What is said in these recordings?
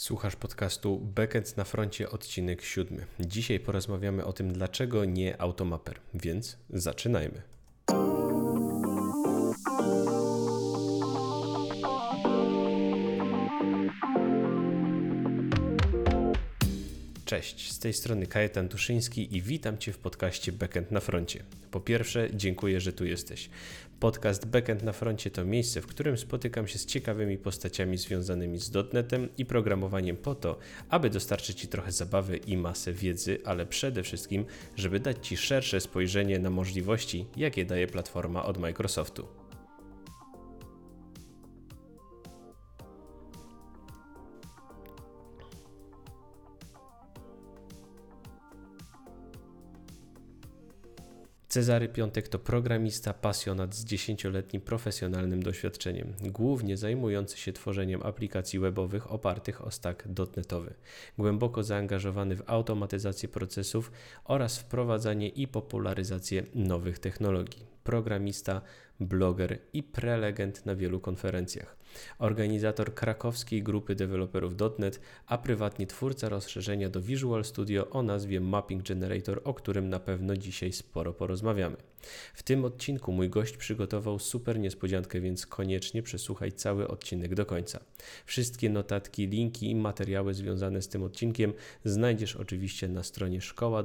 Słuchasz podcastu Backend na froncie, odcinek 7. Dzisiaj porozmawiamy o tym, dlaczego nie Automapper, więc zaczynajmy. Cześć, z tej strony Kajetan Tuszyński i witam Cię w podcaście Backend na froncie. Po pierwsze, dziękuję, że tu jesteś. Podcast Backend na froncie to miejsce, w którym spotykam się z ciekawymi postaciami związanymi z .NET-em i programowaniem po to, aby dostarczyć Ci trochę zabawy i masę wiedzy, ale przede wszystkim, żeby dać Ci szersze spojrzenie na możliwości, jakie daje platforma od Microsoftu. Cezary Piątek to programista, pasjonat z 10-letnim profesjonalnym doświadczeniem, głównie zajmujący się tworzeniem aplikacji webowych opartych o stack .NET-owy, głęboko zaangażowany w automatyzację procesów oraz wprowadzanie i popularyzację nowych technologii. Programista, bloger i prelegent na wielu konferencjach. Organizator krakowskiej grupy deweloperów .NET, a prywatnie twórca rozszerzenia do Visual Studio o nazwie Mapping Generator, o którym na pewno dzisiaj sporo porozmawiamy. W tym odcinku mój gość przygotował super niespodziankę, więc koniecznie przesłuchaj cały odcinek do końca. Wszystkie notatki, linki i materiały związane z tym odcinkiem znajdziesz oczywiście na stronie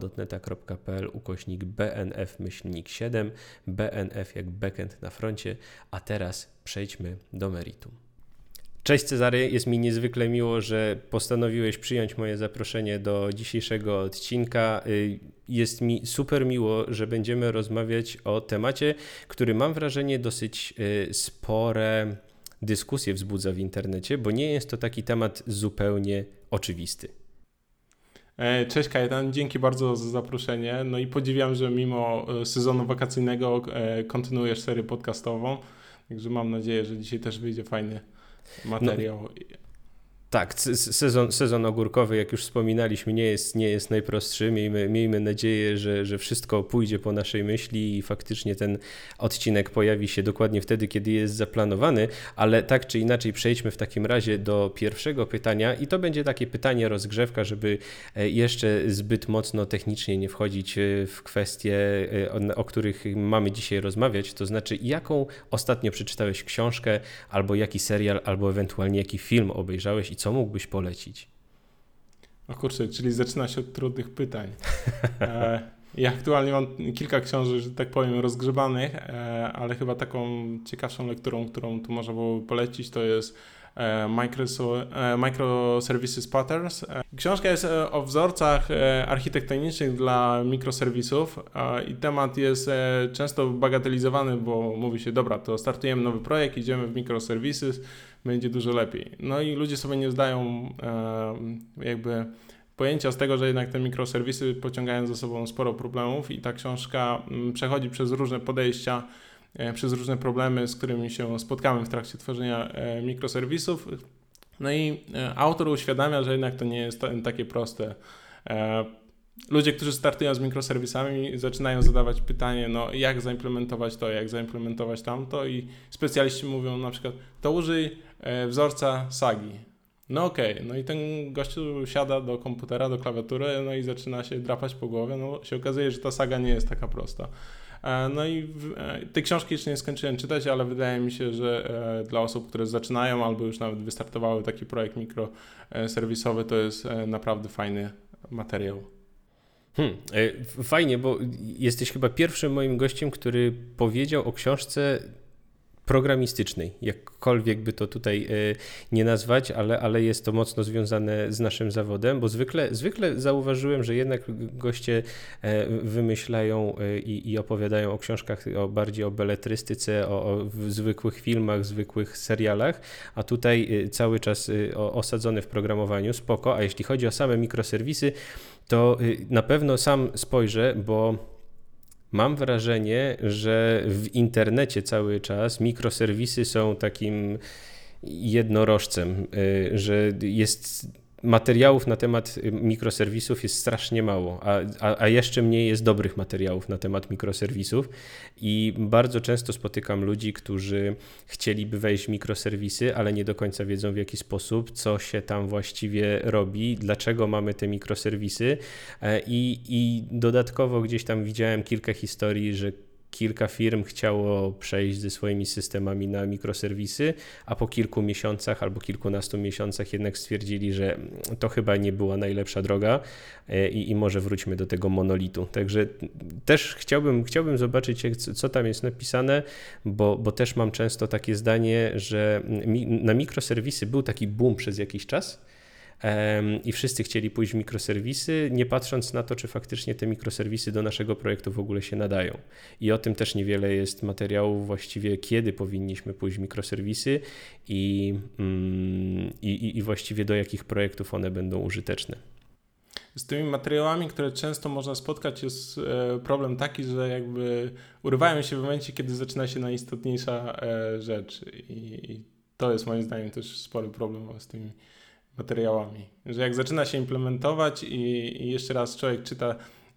szkoła.net/BNF-7, BNF jak backend na froncie, a teraz przejdźmy do meritum. Cześć Cezary, jest mi niezwykle miło, że postanowiłeś przyjąć moje zaproszenie do dzisiejszego odcinka. Jest mi super miło, że będziemy rozmawiać o temacie, który mam wrażenie dosyć spore dyskusje wzbudza w internecie, bo nie jest to taki temat zupełnie oczywisty. Cześć Kajetan, dzięki bardzo za zaproszenie. No i podziwiam, że mimo sezonu wakacyjnego kontynuujesz serię podcastową, także mam nadzieję, że dzisiaj też wyjdzie fajny materiał. Tak, sezon ogórkowy, jak już wspominaliśmy, nie jest najprostszy. Miejmy nadzieję, że wszystko pójdzie po naszej myśli i faktycznie ten odcinek pojawi się dokładnie wtedy, kiedy jest zaplanowany, ale tak czy inaczej przejdźmy w takim razie do pierwszego pytania i to będzie takie pytanie rozgrzewka, żeby jeszcze zbyt mocno technicznie nie wchodzić w kwestie, o których mamy dzisiaj rozmawiać, to znaczy jaką ostatnio przeczytałeś książkę, albo jaki serial, albo ewentualnie jaki film obejrzałeś i co mógłbyś polecić? O kurczę, czyli zaczyna się od trudnych pytań. Ja aktualnie mam kilka książek, że tak powiem, rozgrzebanych, ale chyba taką ciekawszą lekturą, którą tu można było polecić, to jest Microservices Patterns. Książka jest o wzorcach architektonicznych dla mikroserwisów i temat jest często bagatelizowany, bo mówi się, dobra, to startujemy nowy projekt, idziemy w microservices, będzie dużo lepiej. No i ludzie sobie nie zdają jakby pojęcia z tego, że jednak te mikroserwisy pociągają za sobą sporo problemów i ta książka przechodzi przez różne podejścia, przez różne problemy, z którymi się spotkamy w trakcie tworzenia mikroserwisów. No i autor uświadamia, że jednak to nie jest takie proste. Ludzie, którzy startują z mikroserwisami, zaczynają zadawać pytanie, no jak zaimplementować to, jak zaimplementować tamto i specjaliści mówią na przykład, to użyj wzorca Sagi. No okej, no i ten gościu siada do komputera, do klawiatury, no i zaczyna się drapać po głowie, no się okazuje, że ta saga nie jest taka prosta. No i te książki jeszcze nie skończyłem czytać, ale wydaje mi się, że dla osób, które zaczynają albo już nawet wystartowały taki projekt mikroserwisowy, to jest naprawdę fajny materiał. Fajnie, bo jesteś chyba pierwszym moim gościem, który powiedział o książce programistycznej, jakkolwiek by to tutaj nie nazwać, ale jest to mocno związane z naszym zawodem, bo zwykle zauważyłem, że jednak goście wymyślają i opowiadają o książkach bardziej o beletrystyce, o zwykłych filmach, zwykłych serialach, a tutaj cały czas osadzony w programowaniu, spoko, a jeśli chodzi o same mikroserwisy, to na pewno sam spojrzę, bo mam wrażenie, że w internecie cały czas mikroserwisy są takim jednorożcem, że jest materiałów na temat mikroserwisów jest strasznie mało, a jeszcze mniej jest dobrych materiałów na temat mikroserwisów i bardzo często spotykam ludzi, którzy chcieliby wejść w mikroserwisy, ale nie do końca wiedzą w jaki sposób, co się tam właściwie robi, dlaczego mamy te mikroserwisy i dodatkowo gdzieś tam widziałem kilka historii, że kilka firm chciało przejść ze swoimi systemami na mikroserwisy, a po kilku miesiącach albo kilkunastu miesiącach jednak stwierdzili, że to chyba nie była najlepsza droga i może wróćmy do tego monolitu. Także też chciałbym zobaczyć, co tam jest napisane, bo też mam często takie zdanie, że na mikroserwisy był taki boom przez jakiś czas, i wszyscy chcieli pójść w mikroserwisy, nie patrząc na to, czy faktycznie te mikroserwisy do naszego projektu w ogóle się nadają. I o tym też niewiele jest materiałów właściwie, kiedy powinniśmy pójść w mikroserwisy i właściwie do jakich projektów one będą użyteczne. Z tymi materiałami, które często można spotkać, jest problem taki, że jakby urywają się w momencie, kiedy zaczyna się najistotniejsza rzecz i to jest moim zdaniem też spory problem z tymi materiałami, że jak zaczyna się implementować i jeszcze raz człowiek czyta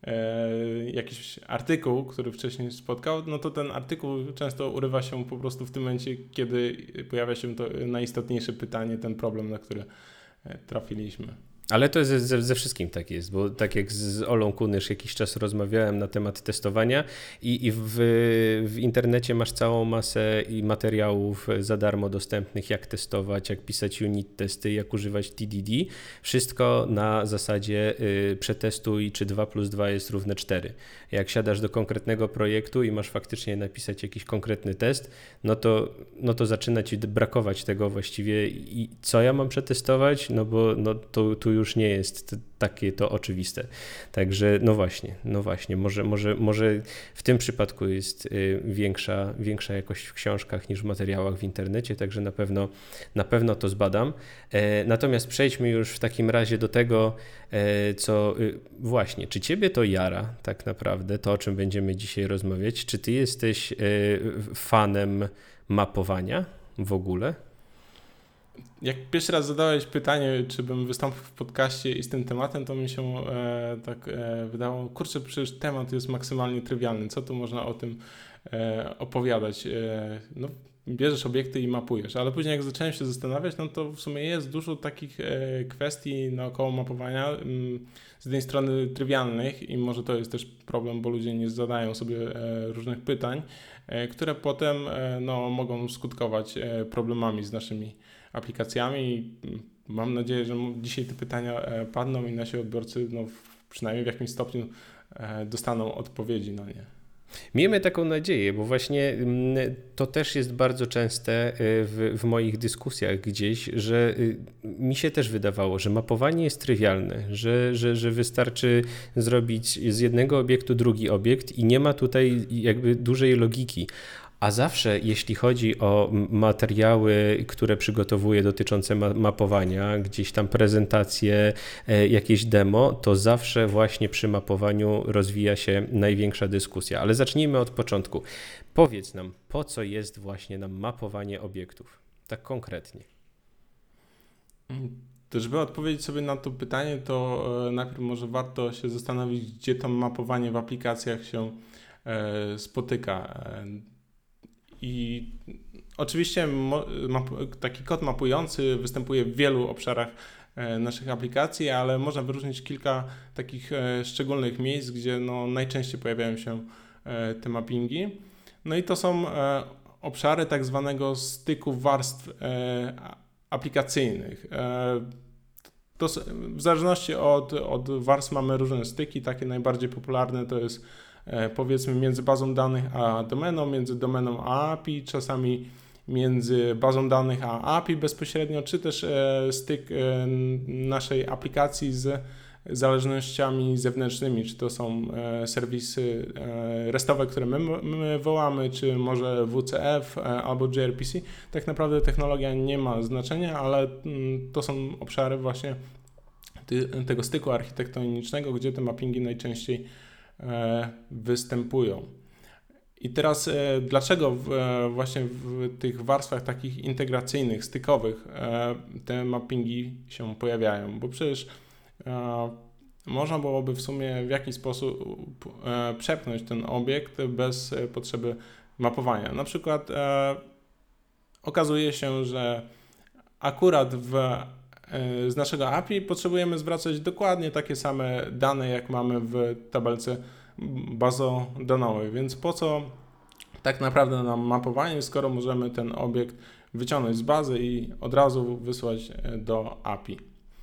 jakiś artykuł, który wcześniej spotkał, no to ten artykuł często urywa się po prostu w tym momencie, kiedy pojawia się to najistotniejsze pytanie, ten problem, na który trafiliśmy. Ale to ze wszystkim tak jest, bo tak jak z Olą Kunysz jakiś czas rozmawiałem na temat testowania i w internecie masz całą masę materiałów za darmo dostępnych, jak testować, jak pisać unit testy, jak używać TDD. Wszystko na zasadzie przetestuj, czy 2 + 2 jest równe 4. Jak siadasz do konkretnego projektu i masz faktycznie napisać jakiś konkretny test, no to zaczyna ci brakować tego właściwie i co ja mam przetestować, no bo tu już nie jest takie to oczywiste. Także no właśnie, może w tym przypadku jest większa jakość w książkach niż w materiałach w internecie, także na pewno to zbadam. Natomiast przejdźmy już w takim razie do tego, co właśnie, czy ciebie to jara tak naprawdę, to o czym będziemy dzisiaj rozmawiać, czy ty jesteś fanem mapowania w ogóle? Jak pierwszy raz zadałeś pytanie, czy bym wystąpił w podcaście i z tym tematem, to mi się wydało, kurczę, przecież temat jest maksymalnie trywialny, co tu można o tym opowiadać? No, bierzesz obiekty i mapujesz, ale później jak zacząłem się zastanawiać, no to w sumie jest dużo takich kwestii naokoło mapowania, z jednej strony trywialnych i może to jest też problem, bo ludzie nie zadają sobie różnych pytań, które potem mogą skutkować problemami z naszymi aplikacjami. Mam nadzieję, że dzisiaj te pytania padną i nasi odbiorcy przynajmniej w jakimś stopniu dostaną odpowiedzi na nie. Miejmy taką nadzieję, bo właśnie to też jest bardzo częste w moich dyskusjach gdzieś, że mi się też wydawało, że mapowanie jest trywialne, że wystarczy zrobić z jednego obiektu drugi obiekt i nie ma tutaj jakby dużej logiki. A zawsze, jeśli chodzi o materiały, które przygotowuję dotyczące mapowania, gdzieś tam prezentacje, jakieś demo, to zawsze właśnie przy mapowaniu rozwija się największa dyskusja. Ale zacznijmy od początku. Powiedz nam, po co jest właśnie nam mapowanie obiektów? Tak konkretnie. To żeby odpowiedzieć sobie na to pytanie, to najpierw może warto się zastanowić, gdzie to mapowanie w aplikacjach się spotyka. I oczywiście taki kod mapujący występuje w wielu obszarach naszych aplikacji, ale można wyróżnić kilka takich szczególnych miejsc, gdzie najczęściej pojawiają się te mappingi. No i to są obszary tak zwanego styku warstw aplikacyjnych. To w zależności od warstw mamy różne styki, takie najbardziej popularne to jest powiedzmy między bazą danych a domeną, między domeną a API, czasami między bazą danych a API bezpośrednio, czy też styk naszej aplikacji z zależnościami zewnętrznymi, czy to są serwisy restowe, które my wołamy, czy może WCF albo gRPC. Tak naprawdę technologia nie ma znaczenia, ale to są obszary właśnie tego styku architektonicznego, gdzie te mappingi najczęściej występują. I teraz dlaczego właśnie w tych warstwach takich integracyjnych, stykowych te mappingi się pojawiają? Bo przecież można byłoby w sumie w jakiś sposób przepchnąć ten obiekt bez potrzeby mapowania. Na przykład okazuje się, że akurat z naszego API potrzebujemy zwracać dokładnie takie same dane, jak mamy w tabelce bazodanowej, więc po co tak naprawdę nam mapowanie, skoro możemy ten obiekt wyciągnąć z bazy i od razu wysłać do API.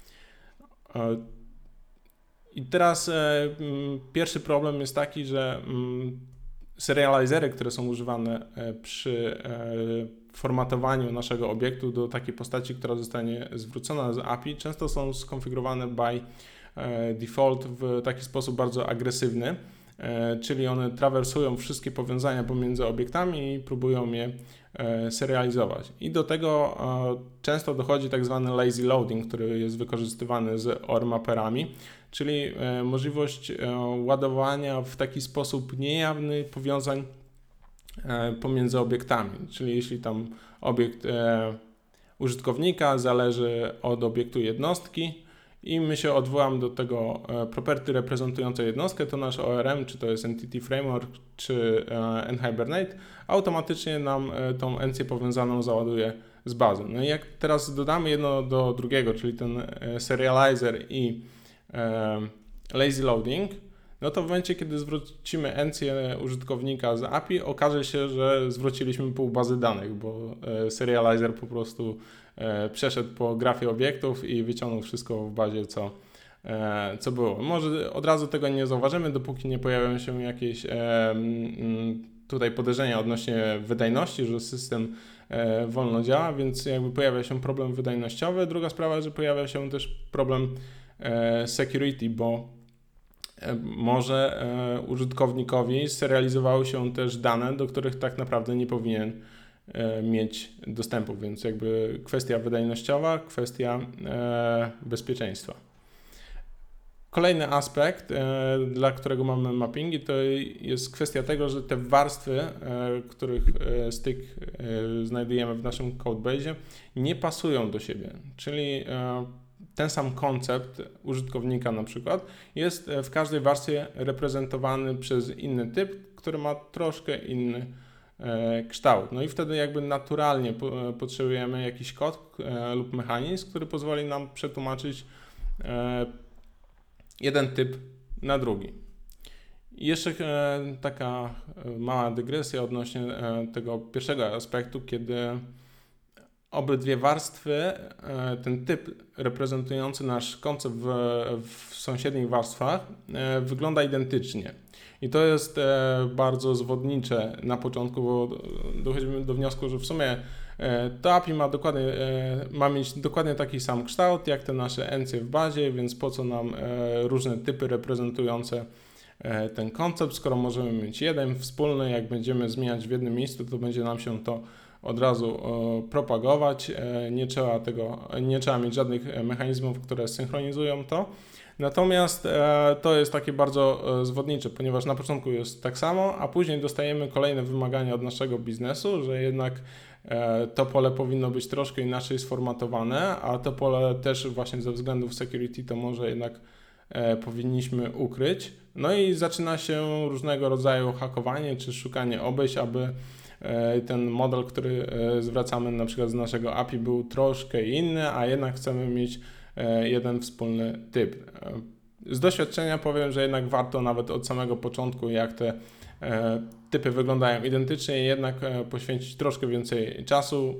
I teraz pierwszy problem jest taki, że serializery, które są używane przy formatowaniu naszego obiektu do takiej postaci, która zostanie zwrócona z API, często są skonfigurowane by default w taki sposób bardzo agresywny, czyli one trawersują wszystkie powiązania pomiędzy obiektami i próbują je serializować. I do tego często dochodzi tak zwany lazy loading, który jest wykorzystywany z OR mapperami, czyli możliwość ładowania w taki sposób niejawny powiązań pomiędzy obiektami, czyli jeśli tam obiekt użytkownika zależy od obiektu jednostki i my się odwołamy do tego property reprezentującej jednostkę, to nasz ORM, czy to jest Entity Framework, czy NHibernate, automatycznie nam tą encję powiązaną załaduje z bazy. No i jak teraz dodamy jedno do drugiego, czyli ten serializer i lazy loading, no to w momencie, kiedy zwrócimy encję użytkownika z API, okaże się, że zwróciliśmy pół bazy danych, bo serializer po prostu przeszedł po grafie obiektów i wyciągnął wszystko w bazie, co było. Może od razu tego nie zauważymy, dopóki nie pojawią się jakieś tutaj podejrzenia odnośnie wydajności, że system wolno działa, więc jakby pojawia się problem wydajnościowy. Druga sprawa, że pojawia się też problem security, bo może użytkownikowi serializowały się też dane, do których tak naprawdę nie powinien mieć dostępu, więc jakby kwestia wydajnościowa, kwestia bezpieczeństwa. Kolejny aspekt, dla którego mamy mappingi, to jest kwestia tego, że te warstwy, których styk znajdujemy w naszym codebase, nie pasują do siebie, czyli ten sam koncept użytkownika na przykład jest w każdej warstwie reprezentowany przez inny typ, który ma troszkę inny kształt. No i wtedy jakby naturalnie potrzebujemy jakiś kod lub mechanizm, który pozwoli nam przetłumaczyć jeden typ na drugi. I jeszcze taka mała dygresja odnośnie tego pierwszego aspektu, kiedy obydwie warstwy, ten typ reprezentujący nasz koncept w sąsiednich warstwach wygląda identycznie. I to jest bardzo zwodnicze na początku, bo dochodzimy do wniosku, że w sumie to API ma mieć dokładnie taki sam kształt jak te nasze encje w bazie, więc po co nam różne typy reprezentujące ten koncept, skoro możemy mieć jeden wspólny, jak będziemy zmieniać w jednym miejscu, to będzie nam się to od razu propagować, nie trzeba mieć żadnych mechanizmów, które synchronizują to. Natomiast to jest takie bardzo zwodnicze, ponieważ na początku jest tak samo, a później dostajemy kolejne wymagania od naszego biznesu, że jednak to pole powinno być troszkę inaczej sformatowane, a to pole też właśnie ze względów security to może jednak powinniśmy ukryć. No i zaczyna się różnego rodzaju hakowanie czy szukanie obejść, aby ten model, który zwracamy na przykład z naszego API był troszkę inny, a jednak chcemy mieć jeden wspólny typ. Z doświadczenia powiem, że jednak warto nawet od samego początku, jak te typy wyglądają identycznie, jednak poświęcić troszkę więcej czasu,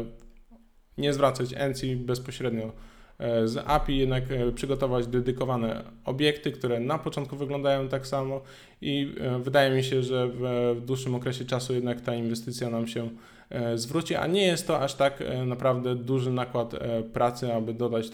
nie zwracać encji bezpośrednio z API, jednak przygotować dedykowane obiekty, które na początku wyglądają tak samo i wydaje mi się, że w dłuższym okresie czasu jednak ta inwestycja nam się zwróci, a nie jest to aż tak naprawdę duży nakład pracy, aby dodać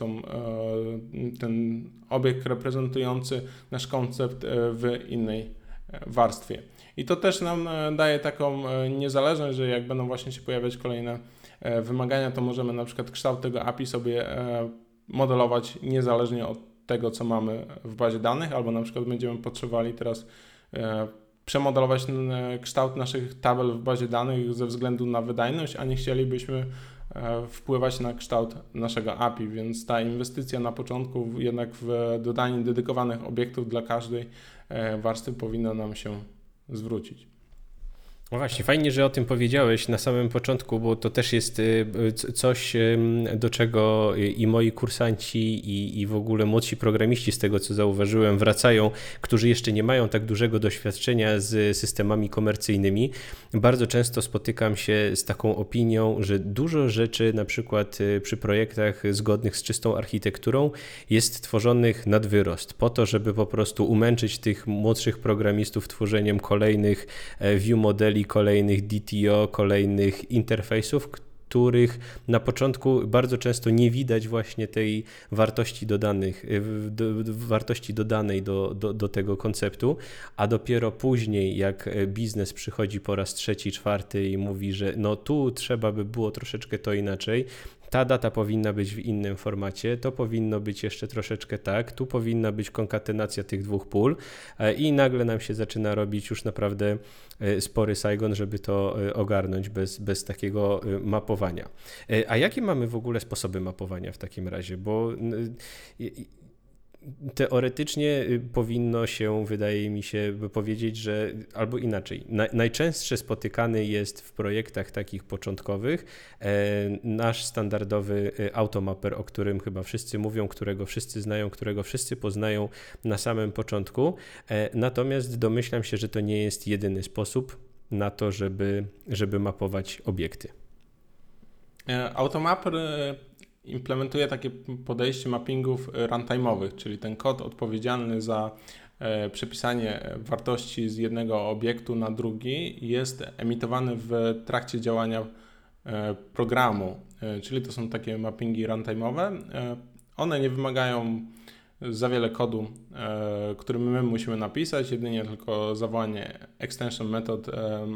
ten obiekt reprezentujący nasz koncept w innej warstwie. I to też nam daje taką niezależność, że jak będą właśnie się pojawiać kolejne wymagania, to możemy na przykład kształt tego API sobie modelować niezależnie od tego, co mamy w bazie danych, albo na przykład będziemy potrzebowali teraz przemodelować kształt naszych tabel w bazie danych ze względu na wydajność, a nie chcielibyśmy wpływać na kształt naszego API, więc ta inwestycja na początku jednak w dodanie dedykowanych obiektów dla każdej warstwy powinna nam się zwrócić. No właśnie, fajnie, że o tym powiedziałeś na samym początku, bo to też jest coś, do czego i moi kursanci, i w ogóle młodsi programiści, z tego co zauważyłem, wracają, którzy jeszcze nie mają tak dużego doświadczenia z systemami komercyjnymi. Bardzo często spotykam się z taką opinią, że dużo rzeczy, na przykład przy projektach zgodnych z czystą architekturą, jest tworzonych nad wyrost, po to, żeby po prostu umęczyć tych młodszych programistów tworzeniem kolejnych view modeli, kolejnych DTO, kolejnych interfejsów, których na początku bardzo często nie widać właśnie tej wartości dodanej do tego konceptu, a dopiero później, jak biznes przychodzi po raz trzeci, czwarty i mówi, że no tu trzeba by było troszeczkę to inaczej, ta data powinna być w innym formacie, to powinno być jeszcze troszeczkę tak, tu powinna być konkatenacja tych dwóch pól i nagle nam się zaczyna robić już naprawdę spory Saigon, żeby to ogarnąć bez takiego mapowania. A jakie mamy w ogóle sposoby mapowania w takim razie? Bo teoretycznie powinno się, wydaje mi się, powiedzieć, że albo inaczej. Najczęstsze spotykany jest w projektach takich początkowych nasz standardowy automapper, o którym chyba wszyscy mówią, którego wszyscy znają, którego wszyscy poznają na samym początku. Natomiast domyślam się, że to nie jest jedyny sposób na to, żeby mapować obiekty. Automapper implementuje takie podejście mappingów runtime'owych, czyli ten kod odpowiedzialny za przepisanie wartości z jednego obiektu na drugi jest emitowany w trakcie działania programu, czyli to są takie mappingi runtime'owe. One nie wymagają za wiele kodu, który my musimy napisać, jedynie tylko zawołanie extension method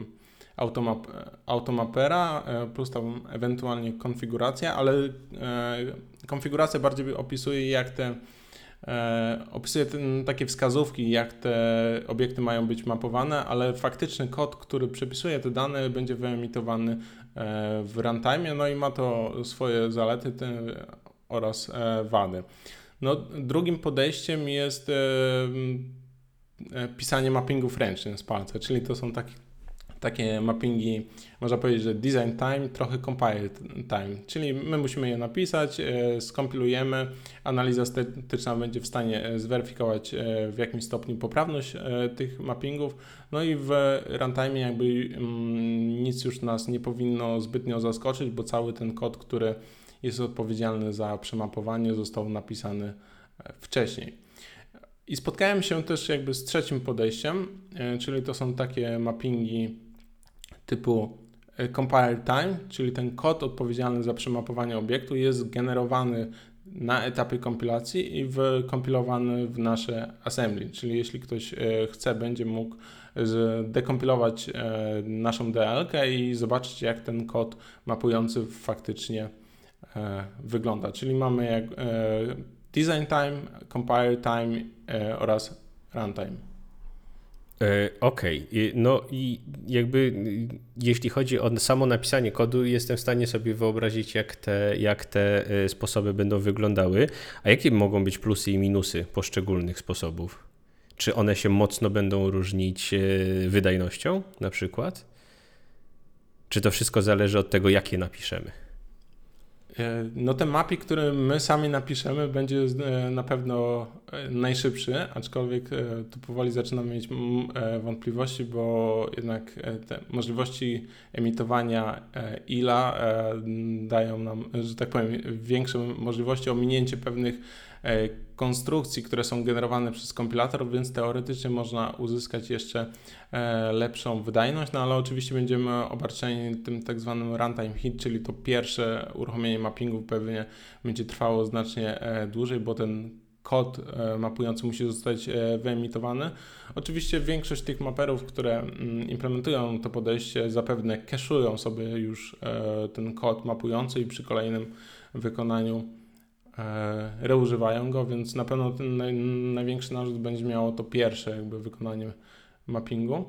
automappera plus tam ewentualnie konfiguracja, ale konfiguracja bardziej opisuje takie wskazówki, jak te obiekty mają być mapowane, ale faktyczny kod, który przepisuje te dane, będzie wyemitowany w runtime, no i ma to swoje zalety oraz wady. No, drugim podejściem jest pisanie mappingów ręcznie z palca, czyli to są takie mappingi, można powiedzieć, że design time, trochę compile time, czyli my musimy je napisać, skompilujemy, analiza statyczna będzie w stanie zweryfikować w jakim stopniu poprawność tych mappingów, no i w runtime jakby nic już nas nie powinno zbytnio zaskoczyć, bo cały ten kod, który jest odpowiedzialny za przemapowanie, został napisany wcześniej. I spotkałem się też jakby z trzecim podejściem, czyli to są takie mappingi typu compile time, czyli ten kod odpowiedzialny za przemapowanie obiektu jest generowany na etapie kompilacji i wykompilowany w nasze assembly, czyli jeśli ktoś chce, będzie mógł zdekompilować naszą DL-kę i zobaczyć, jak ten kod mapujący faktycznie wygląda, czyli mamy design time, compile time oraz runtime. Okej. No i jakby jeśli chodzi o samo napisanie kodu, jestem w stanie sobie wyobrazić, jak te sposoby będą wyglądały, a jakie mogą być plusy i minusy poszczególnych sposobów? Czy one się mocno będą różnić wydajnością na przykład? Czy to wszystko zależy od tego, jakie napiszemy? No ten mapping, który my sami napiszemy, będzie na pewno najszybszy, aczkolwiek tu powoli zaczynam mieć wątpliwości, bo jednak te możliwości emitowania ILA dają nam, że tak powiem, większe możliwości ominięcia pewnych konstrukcji, które są generowane przez kompilator, więc teoretycznie można uzyskać jeszcze lepszą wydajność, no ale oczywiście będziemy obarczeni tym tak zwanym runtime hit, czyli to pierwsze uruchomienie mappingu pewnie będzie trwało znacznie dłużej, bo ten kod mapujący musi zostać wyemitowany. Oczywiście większość tych maperów, które implementują to podejście, zapewne cache'ują sobie już ten kod mapujący i przy kolejnym wykonaniu reużywają go, więc na pewno ten największy narzut będzie miało to pierwsze jakby wykonanie mappingu.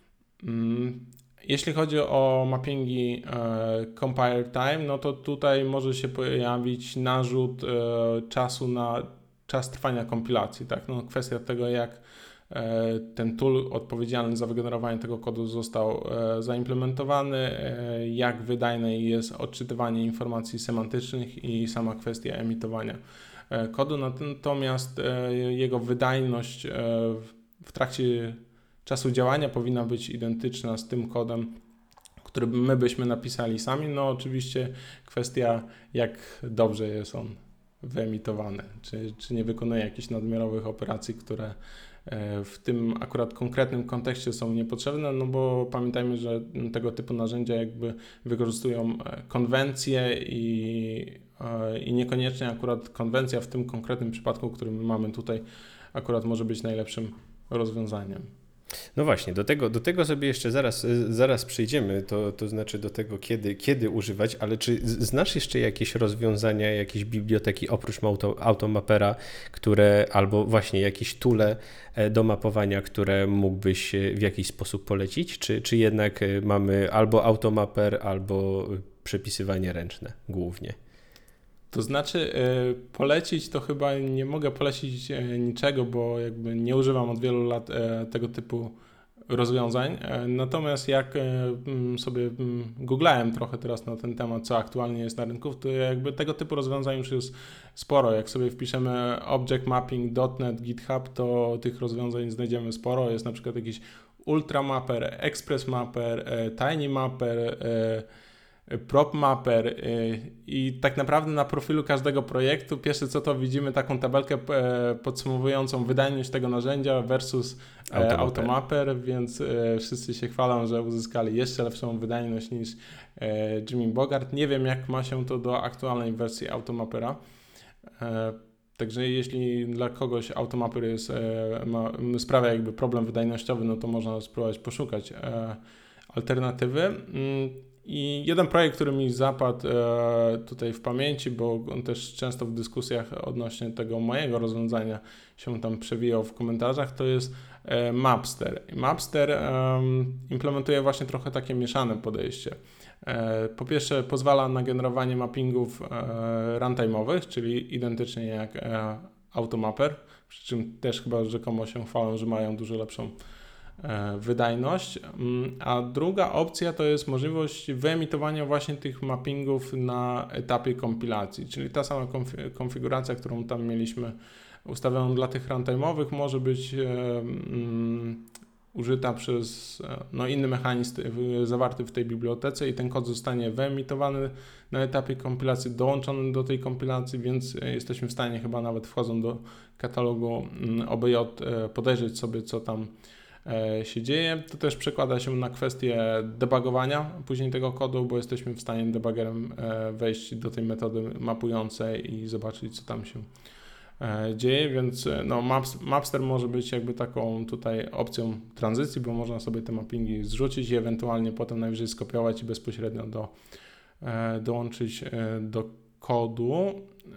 Jeśli chodzi o mappingi compile time, no to tutaj może się pojawić narzut czasu na czas trwania kompilacji, tak? No, kwestia tego, jak ten tool odpowiedzialny za wygenerowanie tego kodu został zaimplementowany, jak wydajne jest odczytywanie informacji semantycznych i sama kwestia emitowania kodu, natomiast jego wydajność w trakcie czasu działania powinna być identyczna z tym kodem, który my byśmy napisali sami. No oczywiście kwestia, jak dobrze jest on wyemitowany, czy nie wykonuje jakichś nadmiarowych operacji, które w tym akurat konkretnym kontekście są niepotrzebne, no bo pamiętajmy, że tego typu narzędzia jakby wykorzystują konwencje i niekoniecznie akurat konwencja w tym konkretnym przypadku, który my mamy tutaj, akurat może być najlepszym rozwiązaniem. No właśnie, do tego sobie jeszcze zaraz przejdziemy, to znaczy do tego, kiedy używać, ale czy znasz jeszcze jakieś rozwiązania, jakieś biblioteki oprócz Automapera, albo właśnie jakieś toole do mapowania, które mógłbyś w jakiś sposób polecić, czy jednak mamy albo Automaper, albo przepisywanie ręczne głównie? To znaczy polecić to chyba nie mogę polecić niczego, bo jakby nie używam od wielu lat tego typu rozwiązań. Natomiast jak sobie googlałem trochę teraz na ten temat, co aktualnie jest na rynku, to jakby tego typu rozwiązań już jest sporo. Jak sobie wpiszemy Object Mapping, .NET, GitHub, to tych rozwiązań znajdziemy sporo. Jest na przykład jakiś Ultramapper, Express Mapper, Tiny Mapper, Prop Mapper i tak naprawdę na profilu każdego projektu pierwsze co to widzimy taką tabelkę podsumowującą wydajność tego narzędzia versus Automapper, więc wszyscy się chwalą, że uzyskali jeszcze lepszą wydajność niż Jimmy Bogart. Nie wiem jak ma się to do aktualnej wersji Automapera. Także jeśli dla kogoś Automapper sprawia jakby problem wydajnościowy, no to można spróbować poszukać alternatywy. I jeden projekt, który mi zapadł tutaj w pamięci, bo on też często w dyskusjach odnośnie tego mojego rozwiązania się tam przewijał w komentarzach, to jest Mapster. Mapster implementuje właśnie trochę takie mieszane podejście. Po pierwsze pozwala na generowanie mappingów runtime'owych, czyli identycznie jak Automapper, przy czym też chyba rzekomo się chwalą, że mają dużo lepszą wydajność, a druga opcja to jest możliwość wyemitowania właśnie tych mappingów na etapie kompilacji, czyli ta sama konfiguracja, którą tam mieliśmy ustawioną dla tych runtime'owych może być użyta przez inny mechanizm zawarty w tej bibliotece i ten kod zostanie wyemitowany na etapie kompilacji, dołączony do tej kompilacji, więc jesteśmy w stanie chyba nawet wchodząc do katalogu OBJ podejrzeć sobie, co tam się dzieje. To też przekłada się na kwestię debugowania później tego kodu, bo jesteśmy w stanie debuggerem wejść do tej metody mapującej i zobaczyć, co tam się dzieje, więc Mapster może być jakby taką tutaj opcją tranzycji, bo można sobie te mappingi zrzucić i ewentualnie potem najwyżej skopiować i bezpośrednio dołączyć do kodu.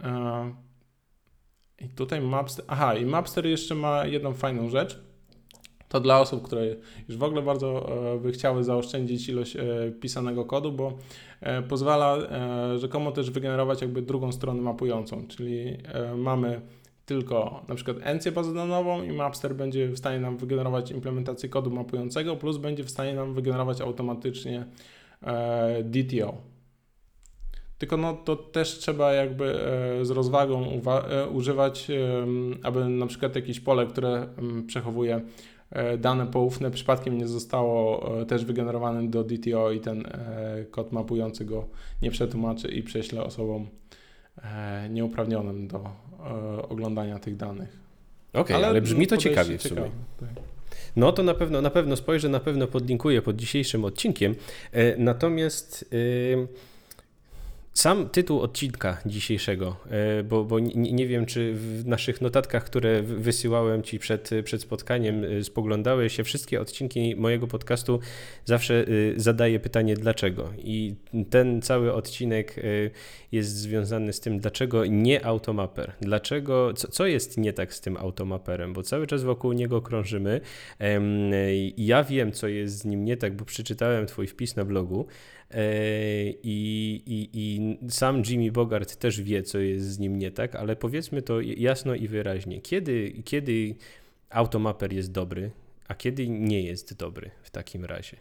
I tutaj Mapster jeszcze ma jedną fajną rzecz. To dla osób, które już w ogóle bardzo by chciały zaoszczędzić ilość pisanego kodu, bo pozwala rzekomo też wygenerować jakby drugą stronę mapującą, czyli mamy tylko na przykład encję bazodanową i Mapster będzie w stanie nam wygenerować implementację kodu mapującego, plus będzie w stanie nam wygenerować automatycznie DTO. Tylko to też trzeba jakby z rozwagą używać, aby na przykład jakieś pole, które przechowuje dane poufne przypadkiem nie zostało też wygenerowane do DTO i ten kod mapujący go nie przetłumaczy i prześle osobom nieuprawnionym do oglądania tych danych. Okej, ale brzmi to ciekawie w sumie. Tak. No to na pewno spojrzę, na pewno podlinkuję pod dzisiejszym odcinkiem. Natomiast Sam tytuł odcinka dzisiejszego, bo nie wiem, czy w naszych notatkach, które wysyłałem Ci przed spotkaniem, spoglądały się wszystkie odcinki mojego podcastu, zawsze zadaję pytanie dlaczego. I ten cały odcinek jest związany z tym, dlaczego nie Automapper, co jest nie tak z tym Automaperem, bo cały czas wokół niego krążymy. Ja wiem, co jest z nim nie tak, bo przeczytałem Twój wpis na blogu. I sam Jimmy Bogart też wie, co jest z nim nie tak, ale powiedzmy to jasno i wyraźnie. Kiedy Automapper jest dobry, a kiedy nie jest dobry w takim razie?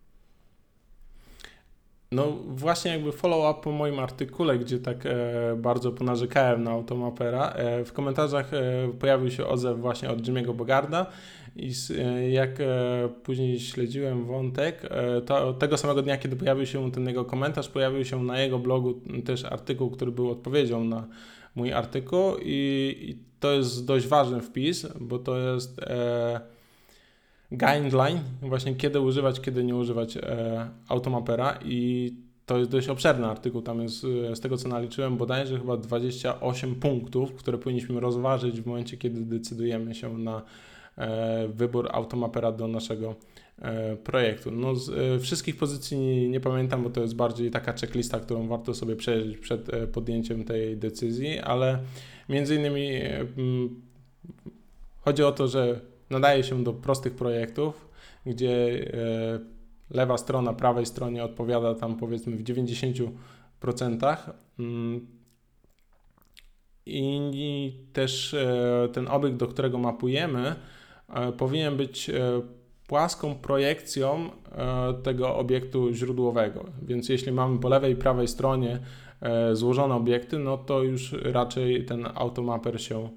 No właśnie jakby follow-up po moim artykule, gdzie tak bardzo ponarzekałem na Automappera, w komentarzach pojawił się odzew właśnie od Jimmy'ego Bogarda i jak później śledziłem wątek, to tego samego dnia, kiedy pojawił się ten jego komentarz, pojawił się na jego blogu też artykuł, który był odpowiedzią na mój artykuł i to jest dość ważny wpis, bo to jest guideline, właśnie kiedy używać, kiedy nie używać Automappera i to jest dość obszerny artykuł, tam jest z tego co naliczyłem bodajże chyba 28 punktów, które powinniśmy rozważyć w momencie, kiedy decydujemy się na wybór Automappera do naszego projektu. No z wszystkich pozycji nie pamiętam, bo to jest bardziej taka checklista, którą warto sobie przejrzeć przed podjęciem tej decyzji, ale między innymi chodzi o to, że nadaje się do prostych projektów, gdzie lewa strona prawej stronie odpowiada tam powiedzmy w 90%. I też ten obiekt, do którego mapujemy, powinien być płaską projekcją tego obiektu źródłowego. Więc jeśli mamy po lewej i prawej stronie złożone obiekty, no to już raczej ten Automapper się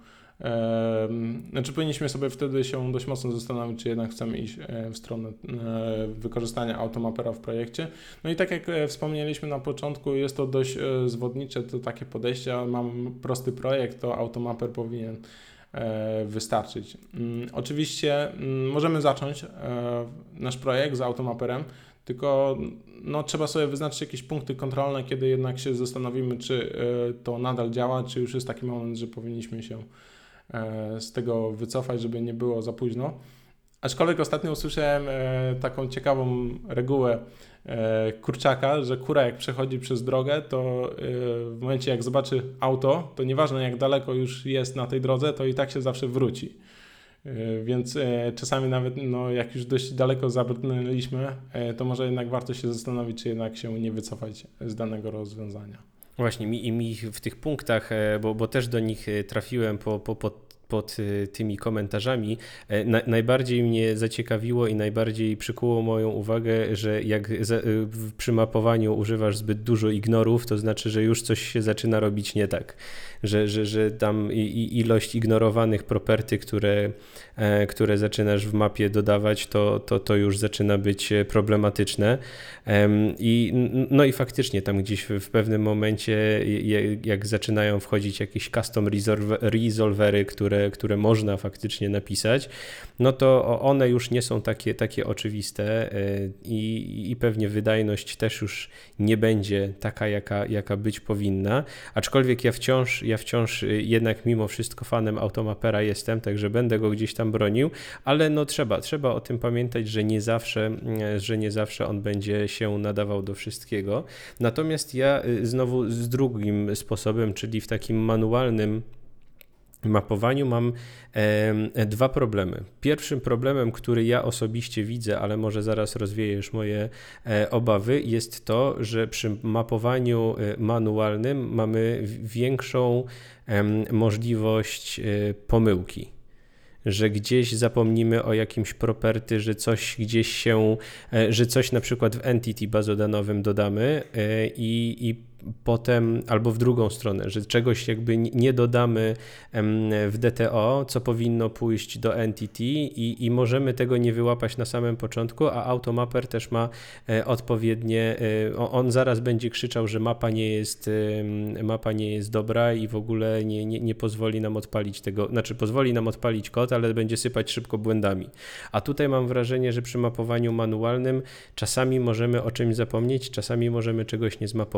powinniśmy sobie wtedy się dość mocno zastanowić, czy jednak chcemy iść w stronę wykorzystania Automappera w projekcie. No i tak jak wspomnieliśmy na początku, jest to dość zwodnicze, to takie podejście, mam prosty projekt, to Automapper powinien wystarczyć. Oczywiście możemy zacząć nasz projekt z Automapperem, tylko no, trzeba sobie wyznaczyć jakieś punkty kontrolne, kiedy jednak się zastanowimy, czy to nadal działa, czy już jest taki moment, że powinniśmy się z tego wycofać, żeby nie było za późno. Aczkolwiek ostatnio usłyszałem taką ciekawą regułę kurczaka, że kura jak przechodzi przez drogę, to w momencie jak zobaczy auto, to nieważne jak daleko już jest na tej drodze, to i tak się zawsze wróci. Więc czasami nawet no, jak już dość daleko zabrnęliśmy, to może jednak warto się zastanowić, czy jednak się nie wycofać z danego rozwiązania. Właśnie mi w tych punktach, bo też do nich trafiłem pod tymi komentarzami, najbardziej mnie zaciekawiło i najbardziej przykuło moją uwagę, że jak przy mapowaniu używasz zbyt dużo ignorów, to znaczy, że już coś się zaczyna robić nie tak. Że tam ilość ignorowanych property, które zaczynasz w mapie dodawać, to już zaczyna być problematyczne. No i faktycznie tam gdzieś w pewnym momencie, jak zaczynają wchodzić jakieś custom resolvery, które można faktycznie napisać, no to one już nie są takie oczywiste i pewnie wydajność też już nie będzie taka, jaka być powinna. Aczkolwiek ja wciąż jednak mimo wszystko fanem Automappera jestem, także będę go gdzieś tam bronił, ale no trzeba o tym pamiętać, że nie zawsze on będzie się nadawał do wszystkiego. Natomiast ja znowu z drugim sposobem, czyli w takim manualnym mapowaniu mam dwa problemy. Pierwszym problemem, który ja osobiście widzę, ale może zaraz rozwiejesz moje obawy, jest to, że przy mapowaniu manualnym mamy większą możliwość pomyłki. Że gdzieś zapomnimy o jakimś property, że coś na przykład w entity bazodanowym dodamy i potem albo w drugą stronę, że czegoś jakby nie dodamy w DTO, co powinno pójść do entity i możemy tego nie wyłapać na samym początku, a Automapper też ma odpowiednie, on zaraz będzie krzyczał, że mapa nie jest dobra i w ogóle nie pozwoli nam odpalić tego, znaczy pozwoli nam odpalić kod, ale będzie sypać szybko błędami. A tutaj mam wrażenie, że przy mapowaniu manualnym czasami możemy o czymś zapomnieć, czasami możemy czegoś nie zmapować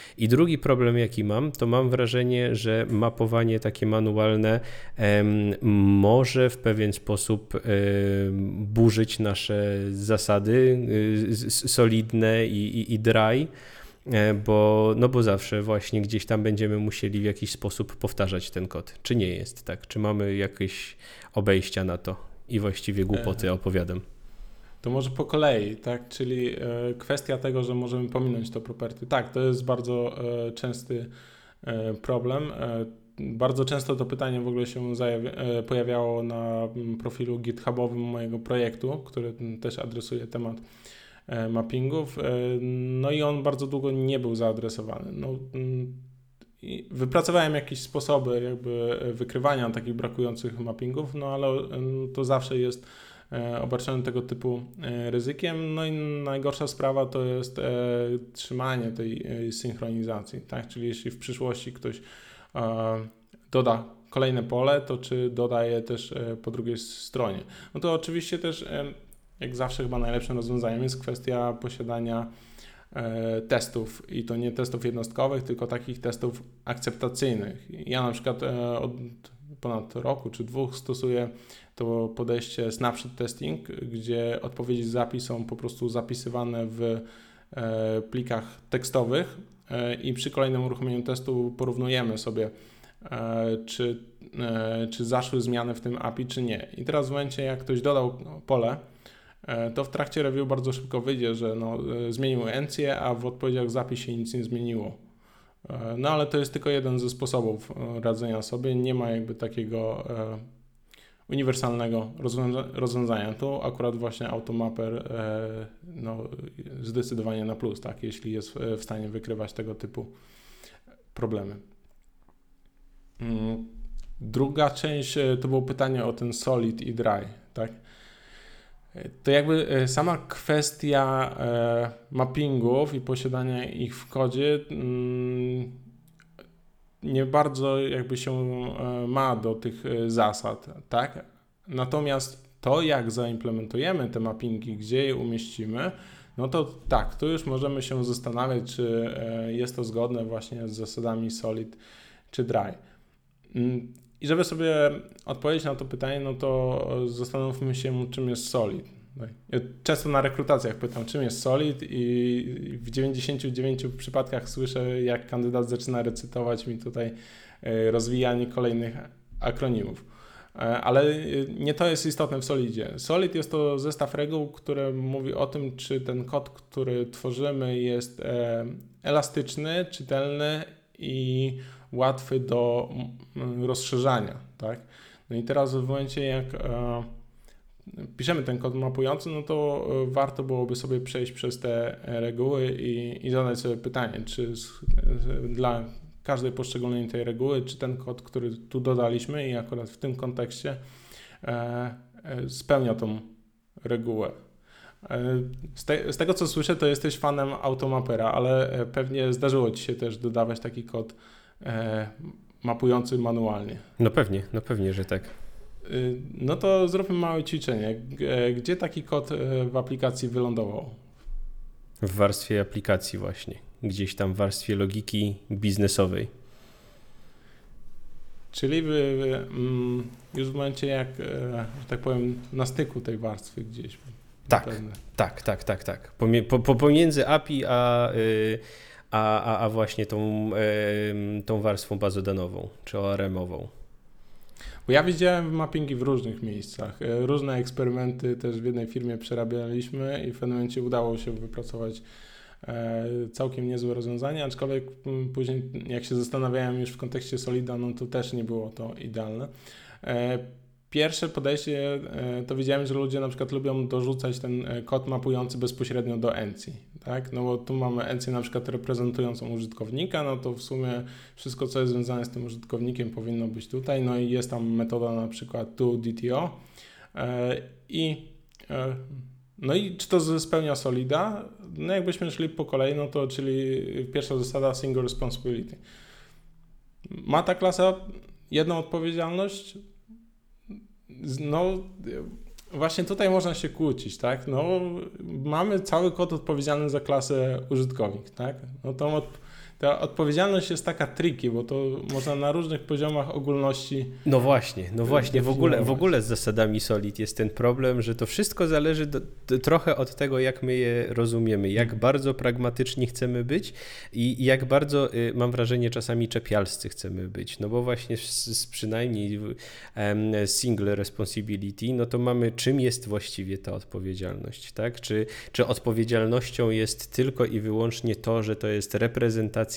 I drugi problem, jaki mam, to mam wrażenie, że mapowanie takie manualne może w pewien sposób burzyć nasze zasady solidne i dry, bo zawsze właśnie gdzieś tam będziemy musieli w jakiś sposób powtarzać ten kod. Czy nie jest tak? Czy mamy jakieś obejścia na to i właściwie głupoty opowiadam? To może po kolei, tak? Czyli kwestia tego, że możemy pominąć to property. Tak, to jest bardzo częsty problem. Bardzo często to pytanie w ogóle się pojawiało na profilu GitHubowym mojego projektu, który też adresuje temat mappingów. No i on bardzo długo nie był zaadresowany. Wypracowałem jakieś sposoby jakby wykrywania takich brakujących mappingów, no ale to zawsze jest obarczone tego typu ryzykiem. No i najgorsza sprawa to jest trzymanie tej synchronizacji, tak? Czyli jeśli w przyszłości ktoś doda kolejne pole, to czy dodaje też po drugiej stronie. No to oczywiście też, jak zawsze chyba najlepszym rozwiązaniem jest kwestia posiadania testów i to nie testów jednostkowych, tylko takich testów akceptacyjnych. Ja na przykład od ponad roku czy 2 stosuję to podejście snapshot testing, gdzie odpowiedzi z API są po prostu zapisywane w plikach tekstowych i przy kolejnym uruchomieniu testu porównujemy sobie, czy zaszły zmiany w tym API, czy nie. I teraz w momencie, jak ktoś dodał pole, to w trakcie review bardzo szybko wyjdzie, że zmienił encję, a w odpowiedziach z API się nic nie zmieniło. No ale to jest tylko jeden ze sposobów radzenia sobie, nie ma jakby takiego uniwersalnego rozwiązania. Tu akurat właśnie Automapper zdecydowanie na plus, tak, jeśli jest w stanie wykrywać tego typu problemy. Druga część to było pytanie o ten solid i dry, tak? To jakby sama kwestia mappingów i posiadania ich w kodzie nie bardzo jakby się ma do tych zasad, tak? Natomiast to, jak zaimplementujemy te mappingi, gdzie je umieścimy, no to tak, tu już możemy się zastanawiać, czy jest to zgodne właśnie z zasadami solid czy dry. I żeby sobie odpowiedzieć na to pytanie, no to zastanówmy się, czym jest solid. Ja często na rekrutacjach pytam, czym jest solid i w 99 przypadkach słyszę, jak kandydat zaczyna recytować mi tutaj rozwijanie kolejnych akronimów. Ale nie to jest istotne w Solidzie. Solid jest to zestaw reguł, które mówi o tym, czy ten kod, który tworzymy, jest elastyczny, czytelny i łatwy do rozszerzania, tak? No i teraz w momencie, jak piszemy ten kod mapujący, no to warto byłoby sobie przejść przez te reguły i zadać sobie pytanie, czy dla każdej poszczególnej tej reguły, czy ten kod, który tu dodaliśmy i akurat w tym kontekście spełnia tą regułę. Z tego, co słyszę, to jesteś fanem Automapera, ale pewnie zdarzyło Ci się też dodawać taki kod mapujący manualnie. No pewnie, że tak. No to zróbmy małe ćwiczenie. Gdzie taki kod w aplikacji wylądował? W warstwie aplikacji właśnie. Gdzieś tam w warstwie logiki biznesowej. Czyli już w momencie, jak, że tak powiem, na styku tej warstwy gdzieś. Tak. Pomiędzy API a właśnie tą warstwą bazodanową czy ORM-ową. Bo ja widziałem mappingi w różnych miejscach. Różne eksperymenty też w jednej firmie przerabialiśmy i w pewnym momencie udało się wypracować całkiem niezłe rozwiązanie, aczkolwiek później jak się zastanawiałem już w kontekście Solida, no to też nie było to idealne. Pierwsze podejście to widziałem, że ludzie na przykład lubią dorzucać ten kod mapujący bezpośrednio do encji, tak? No bo tu mamy encję na przykład reprezentującą użytkownika, no to w sumie wszystko, co jest związane z tym użytkownikiem powinno być tutaj, no i jest tam metoda na przykład toDTO no i czy to spełnia Solida? No jakbyśmy szli po kolei, no to czyli pierwsza zasada single responsibility. Ma ta klasa jedną odpowiedzialność? No właśnie tutaj można się kłócić, tak? No mamy cały kod odpowiedzialny za klasę użytkownik, tak? No Ta odpowiedzialność jest taka tricky, bo to można na różnych poziomach ogólności. No właśnie, w ogóle z zasadami Solid jest ten problem, że to wszystko zależy trochę od tego, jak my je rozumiemy, jak bardzo pragmatyczni chcemy być i jak bardzo, mam wrażenie, czasami czepialscy chcemy być, no bo właśnie przynajmniej single responsibility, no to mamy, czym jest właściwie ta odpowiedzialność, tak? Czy odpowiedzialnością jest tylko i wyłącznie to, że to jest reprezentacja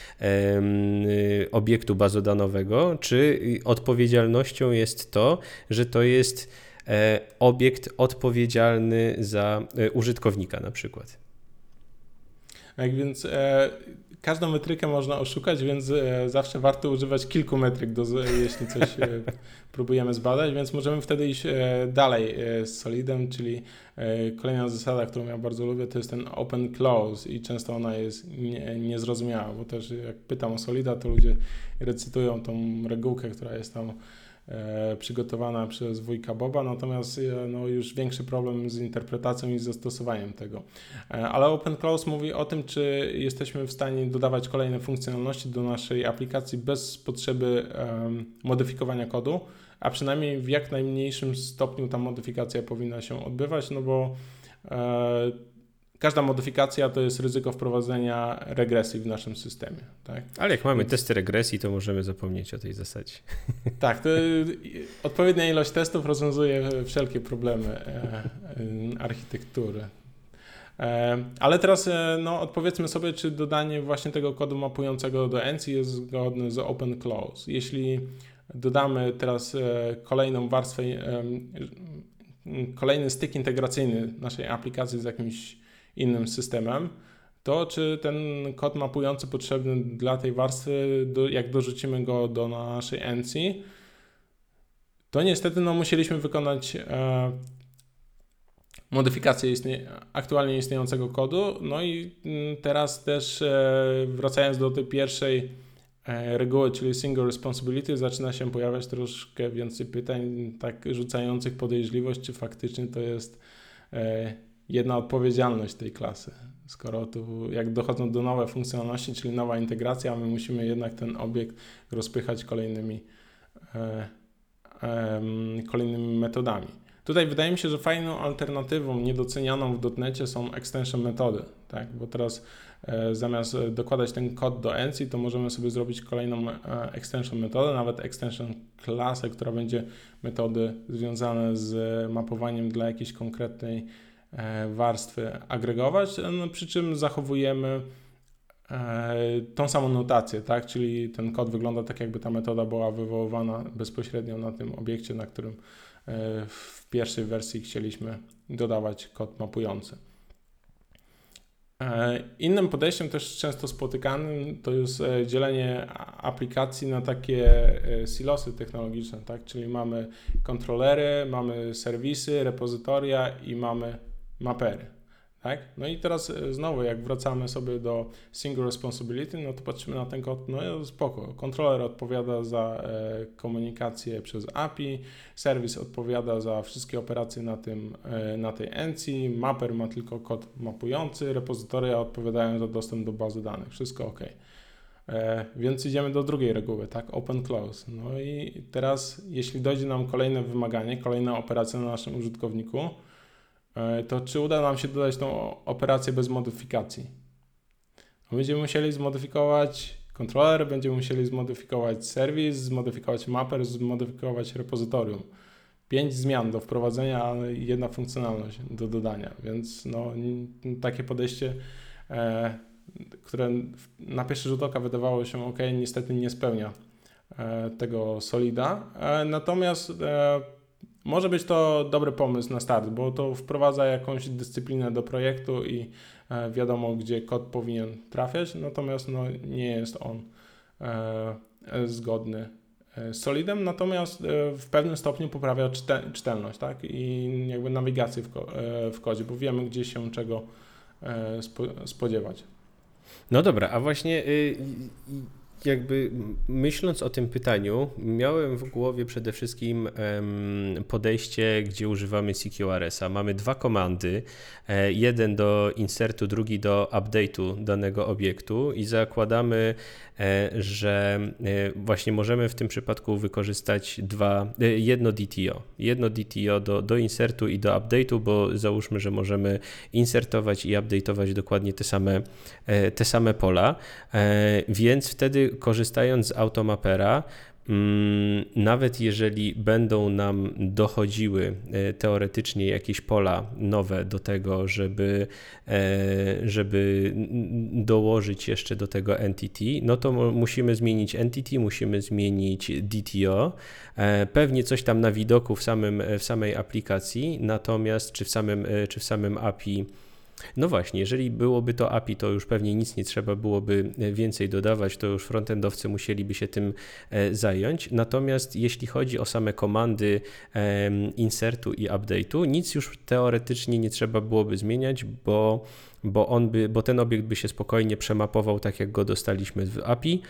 obiektu bazodanowego, czy odpowiedzialnością jest to, że to jest obiekt odpowiedzialny za użytkownika na przykład. Tak więc każdą metrykę można oszukać, więc zawsze warto używać kilku metryk, jeśli coś próbujemy zbadać, więc możemy wtedy iść dalej z Solidem, czyli kolejna zasada, którą ja bardzo lubię, to jest ten open close i często ona jest niezrozumiała, bo też jak pytam o Solida, to ludzie recytują tą regułkę, która jest tam przygotowana przez wujka Boba, natomiast no, już większy problem z interpretacją i zastosowaniem tego. Ale Open Close mówi o tym, czy jesteśmy w stanie dodawać kolejne funkcjonalności do naszej aplikacji bez potrzeby modyfikowania kodu, a przynajmniej w jak najmniejszym stopniu ta modyfikacja powinna się odbywać, no bo każda modyfikacja to jest ryzyko wprowadzenia regresji w naszym systemie. Tak? Ale jak mamy testy regresji, to możemy zapomnieć o tej zasadzie. Tak, to odpowiednia ilość testów rozwiązuje wszelkie problemy architektury. Ale teraz no, odpowiedzmy sobie, czy dodanie właśnie tego kodu mapującego do ENCI jest zgodne z Open Close. Jeśli dodamy teraz kolejną warstwę, kolejny styk integracyjny naszej aplikacji z jakimś innym systemem, to czy ten kod mapujący potrzebny dla tej warstwy, jak dorzucimy go do naszej ENCI, to niestety no, musieliśmy wykonać modyfikację aktualnie istniejącego kodu. No i teraz też wracając do tej pierwszej reguły, czyli single responsibility, zaczyna się pojawiać troszkę więcej pytań, tak rzucających podejrzliwość, czy faktycznie to jest jedna odpowiedzialność tej klasy. Skoro tu jak dochodzą do nowe funkcjonalności, czyli nowa integracja, my musimy jednak ten obiekt rozpychać kolejnymi metodami. Tutaj wydaje mi się, że fajną alternatywą niedocenianą w .NETcie są extension metody, tak? Bo teraz zamiast dokładać ten kod do ENCI, to możemy sobie zrobić kolejną extension metodę, nawet extension klasę, która będzie metody związane z mapowaniem dla jakiejś konkretnej warstwy agregować, no, przy czym zachowujemy tą samą notację, tak? Czyli ten kod wygląda tak, jakby ta metoda była wywoływana bezpośrednio na tym obiekcie, na którym w pierwszej wersji chcieliśmy dodawać kod mapujący. Innym podejściem też często spotykanym to jest dzielenie aplikacji na takie silosy technologiczne, tak? Czyli mamy kontrolery, mamy serwisy, repozytoria i mamy mapery. Tak? No i teraz znowu, jak wracamy sobie do single responsibility, no to patrzymy na ten kod, no spoko, kontroler odpowiada za komunikację przez API, serwis odpowiada za wszystkie operacje na tej ENCI, mapper ma tylko kod mapujący, repozytoria odpowiadają za dostęp do bazy danych, wszystko ok. Więc idziemy do drugiej reguły, tak, open close. No i teraz, jeśli dojdzie nam kolejne wymaganie, kolejna operacja na naszym użytkowniku, to czy uda nam się dodać tą operację bez modyfikacji? Będziemy musieli zmodyfikować kontroler, będziemy musieli zmodyfikować serwis, zmodyfikować mapper, zmodyfikować repozytorium. 5 zmian do wprowadzenia, ale jedna funkcjonalność do dodania, więc no, takie podejście, które na pierwszy rzut oka wydawało się ok, niestety nie spełnia tego Solida, natomiast może być to dobry pomysł na start, bo to wprowadza jakąś dyscyplinę do projektu i wiadomo, gdzie kod powinien trafiać, natomiast no, nie jest on zgodny z Solidem, natomiast w pewnym stopniu poprawia czytelność, tak? I jakby nawigację w kodzie, bo wiemy, gdzie się czego spodziewać. No dobra, a właśnie jakby myśląc o tym pytaniu, miałem w głowie przede wszystkim podejście, gdzie używamy CQRS-a. Mamy dwa komandy, jeden do insertu, drugi do update'u danego obiektu i zakładamy, że właśnie możemy w tym przypadku wykorzystać jedno DTO. Jedno DTO do insertu i do update'u, bo załóżmy, że możemy insertować i update'ować dokładnie te same pola, więc wtedy korzystając z Automapera, nawet jeżeli będą nam dochodziły teoretycznie jakieś pola nowe do tego, żeby dołożyć jeszcze do tego entity, no to musimy zmienić entity, musimy zmienić DTO, pewnie coś tam na widoku w samej aplikacji, natomiast czy w samym API. No właśnie, jeżeli byłoby to API, to już pewnie nic nie trzeba byłoby więcej dodawać, to już frontendowcy musieliby się tym zająć. Natomiast jeśli chodzi o same komandy insertu i update'u, nic już teoretycznie nie trzeba byłoby zmieniać, bo ten obiekt by się spokojnie przemapował tak, jak go dostaliśmy w API.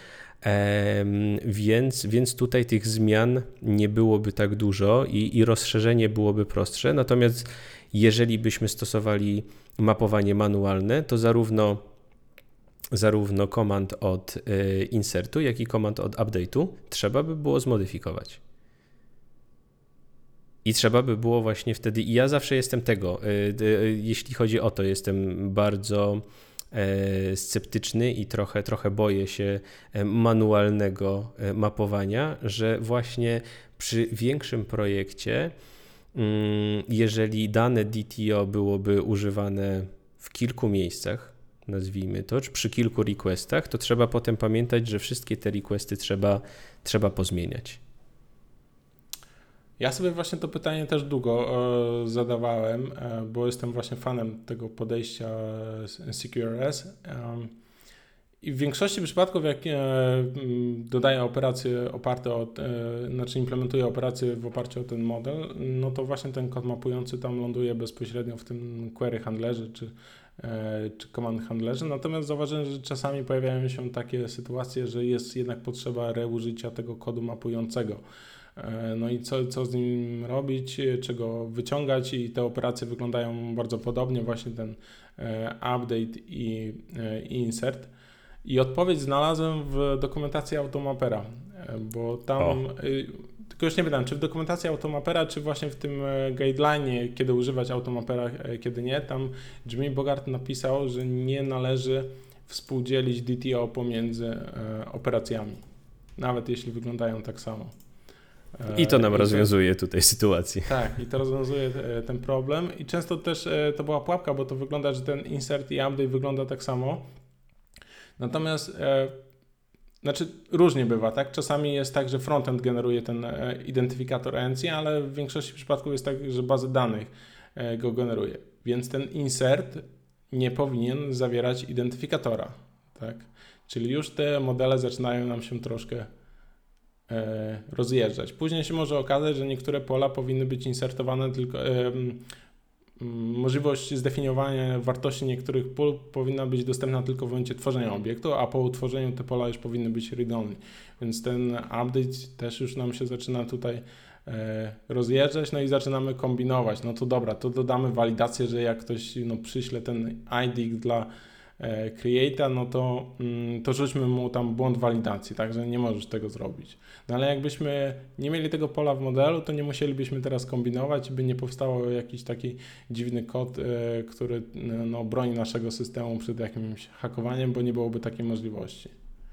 Więc tutaj tych zmian nie byłoby tak dużo i rozszerzenie byłoby prostsze. Natomiast jeżeli byśmy stosowali mapowanie manualne, to zarówno komand od insertu, jak i komand od update'u trzeba by było zmodyfikować. I trzeba by było właśnie wtedy, i ja zawsze jestem tego, jeśli chodzi o to, jestem bardzo sceptyczny i trochę boję się manualnego mapowania, że właśnie przy większym projekcie, jeżeli dane DTO byłoby używane w kilku miejscach, nazwijmy to, czy przy kilku requestach, to trzeba potem pamiętać, że wszystkie te requesty trzeba pozmieniać. Ja sobie właśnie to pytanie też długo zadawałem, bo jestem właśnie fanem tego podejścia CQRS. I w większości przypadków, jak dodaję operacje implementuję operacje w oparciu o ten model, no to właśnie ten kod mapujący tam ląduje bezpośrednio w tym query handlerze czy command handlerze. Natomiast zauważyłem, że czasami pojawiają się takie sytuacje, że jest jednak potrzeba reużycia tego kodu mapującego. No i co z nim robić, czego wyciągać, i te operacje wyglądają bardzo podobnie, właśnie ten update i insert. I odpowiedź znalazłem w dokumentacji Automapera, bo tam, tylko już nie pytam, czy w dokumentacji Automapera, czy właśnie w tym guideline'ie, kiedy używać Automapera, kiedy nie, tam Jimmy Bogart napisał, że nie należy współdzielić DTO pomiędzy operacjami, nawet jeśli wyglądają tak samo. I to nam rozwiązuje tutaj sytuację. Tak, i to rozwiązuje ten problem i często też to była pułapka, bo to wygląda, że ten insert i update wygląda tak samo. Natomiast różnie bywa, tak? Czasami jest tak, że frontend generuje ten identyfikator ENCI, ale w większości przypadków jest tak, że bazy danych go generuje. Więc ten insert nie powinien zawierać identyfikatora, tak? Czyli już te modele zaczynają nam się troszkę rozjeżdżać. Później się może okazać, że niektóre pola powinny być insertowane tylko możliwość zdefiniowania wartości niektórych pól powinna być dostępna tylko w momencie tworzenia obiektu, a po utworzeniu te pola już powinny być read-only. Więc ten update też już nam się zaczyna tutaj rozjeżdżać, no i zaczynamy kombinować. No to dobra, to dodamy walidację, że jak ktoś przyśle ten ID dla create'a, no to rzućmy mu tam błąd walidacji, także nie możesz tego zrobić. No ale jakbyśmy nie mieli tego pola w modelu, to nie musielibyśmy teraz kombinować, by nie powstało jakiś taki dziwny kod, który broni naszego systemu przed jakimś hakowaniem, bo nie byłoby takiej możliwości.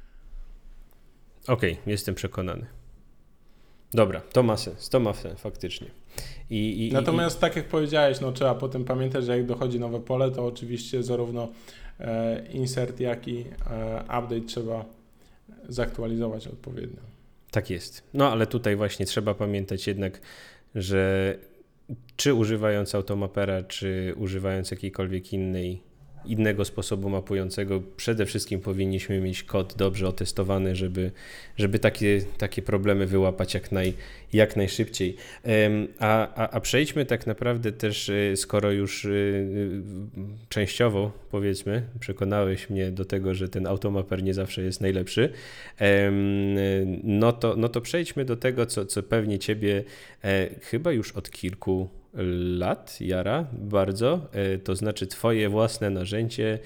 Okej, jestem przekonany. Dobra, to ma sens faktycznie. Natomiast tak jak powiedziałeś, trzeba potem pamiętać, że jak dochodzi nowe pole, to oczywiście zarówno insert, jak i update trzeba zaktualizować odpowiednio. Tak jest. No ale tutaj właśnie trzeba pamiętać jednak, że czy używając Automapera, czy używając jakiejkolwiek innej innego sposobu mapującego. Przede wszystkim powinniśmy mieć kod dobrze otestowany, żeby takie problemy wyłapać jak najszybciej. A przejdźmy tak naprawdę też, skoro już częściowo, powiedzmy, przekonałeś mnie do tego, że ten Automapper nie zawsze jest najlepszy, no to przejdźmy do tego, co pewnie Ciebie chyba już od kilku lat jara bardzo, to znaczy Twoje własne narzędzie.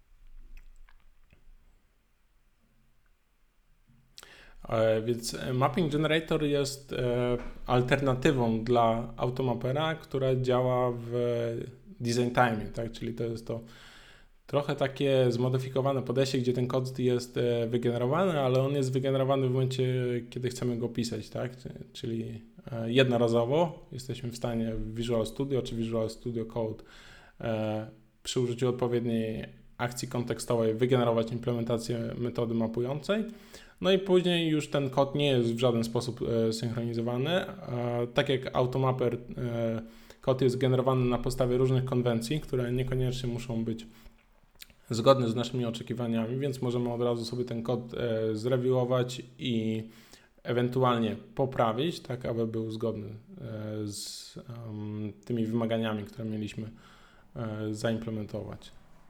Więc Mapping Generator jest alternatywą dla Automappera, która działa w design time, tak? Czyli to jest to trochę takie zmodyfikowane podejście, gdzie ten kod jest wygenerowany, ale on jest wygenerowany w momencie, kiedy chcemy go pisać, tak? Czyli jednorazowo jesteśmy w stanie w Visual Studio czy Visual Studio Code przy użyciu odpowiedniej akcji kontekstowej wygenerować implementację metody mapującej. No i później już ten kod nie jest w żaden sposób synchronizowany. Tak jak Automapper, kod jest generowany na podstawie różnych konwencji, które niekoniecznie muszą być zgodne z naszymi oczekiwaniami, więc możemy od razu sobie ten kod zrewiłować i ewentualnie poprawić, tak aby był zgodny z tymi wymaganiami, które mieliśmy zaimplementować.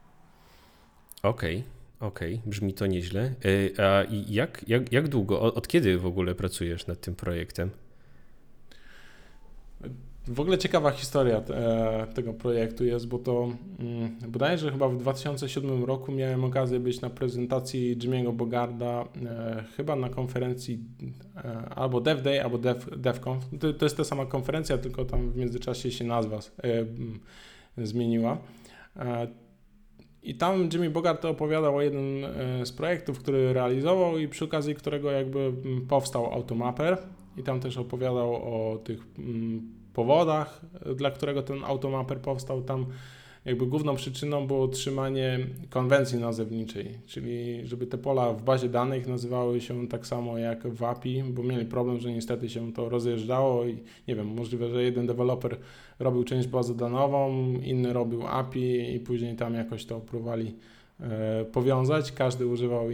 Okej, brzmi to nieźle. A jak długo, od kiedy w ogóle pracujesz nad tym projektem? W ogóle ciekawa historia tego projektu jest, bo to bodajże chyba w 2007 roku miałem okazję być na prezentacji Jimmy'ego Bogarda, chyba na konferencji albo DevDay, albo DevConf. To jest ta sama konferencja, tylko tam w międzyczasie się nazwa zmieniła. I tam Jimmy Bogart opowiadał o jednym z projektów, który realizował i przy okazji którego jakby powstał Automapper i tam też opowiadał o tych powodach, dla którego ten Automapper powstał. Tam jakby główną przyczyną było utrzymanie konwencji nazewniczej, czyli żeby te pola w bazie danych nazywały się tak samo jak w API, bo mieli problem, że niestety się to rozjeżdżało i nie wiem, możliwe, że jeden deweloper robił część bazodanową, inny robił API i później tam jakoś to próbowali powiązać. Każdy używał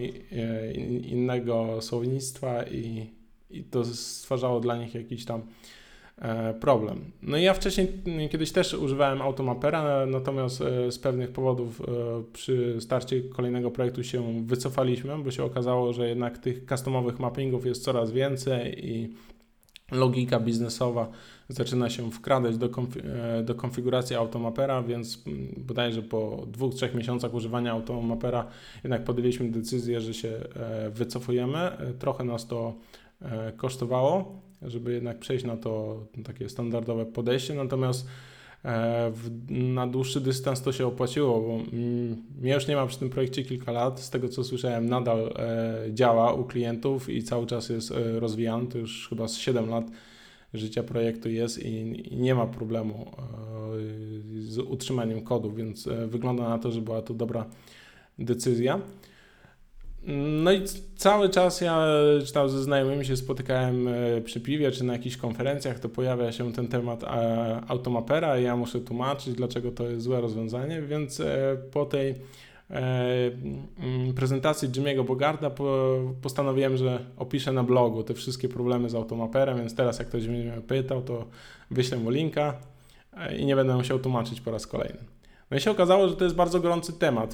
innego słownictwa i to stwarzało dla nich jakiś tam problem. No i ja wcześniej kiedyś też używałem Automappera, natomiast z pewnych powodów przy starcie kolejnego projektu się wycofaliśmy, bo się okazało, że jednak tych customowych mappingów jest coraz więcej i logika biznesowa zaczyna się wkradać do konfiguracji Automappera, więc bodajże po 2-3 miesiącach używania Automappera jednak podjęliśmy decyzję, że się wycofujemy. Trochę nas to kosztowało, żeby jednak przejść na to takie standardowe podejście, natomiast na dłuższy dystans to się opłaciło, bo mnie już nie ma przy tym projekcie kilka lat, z tego co słyszałem nadal działa u klientów i cały czas jest rozwijany, to już chyba z 7 lat życia projektu jest i nie ma problemu z utrzymaniem kodu, więc wygląda na to, że była to dobra decyzja. No i cały czas ja czy tam ze znajomymi się spotykałem przy piwie czy na jakichś konferencjach, to pojawia się ten temat Automappera i ja muszę tłumaczyć, dlaczego to jest złe rozwiązanie, więc po tej prezentacji Jimmy'ego Bogarda postanowiłem, że opiszę na blogu te wszystkie problemy z Automapperem, więc teraz jak ktoś mnie pytał, to wyślę mu linka i nie będę musiał tłumaczyć po raz kolejny. No i się okazało, że to jest bardzo gorący temat.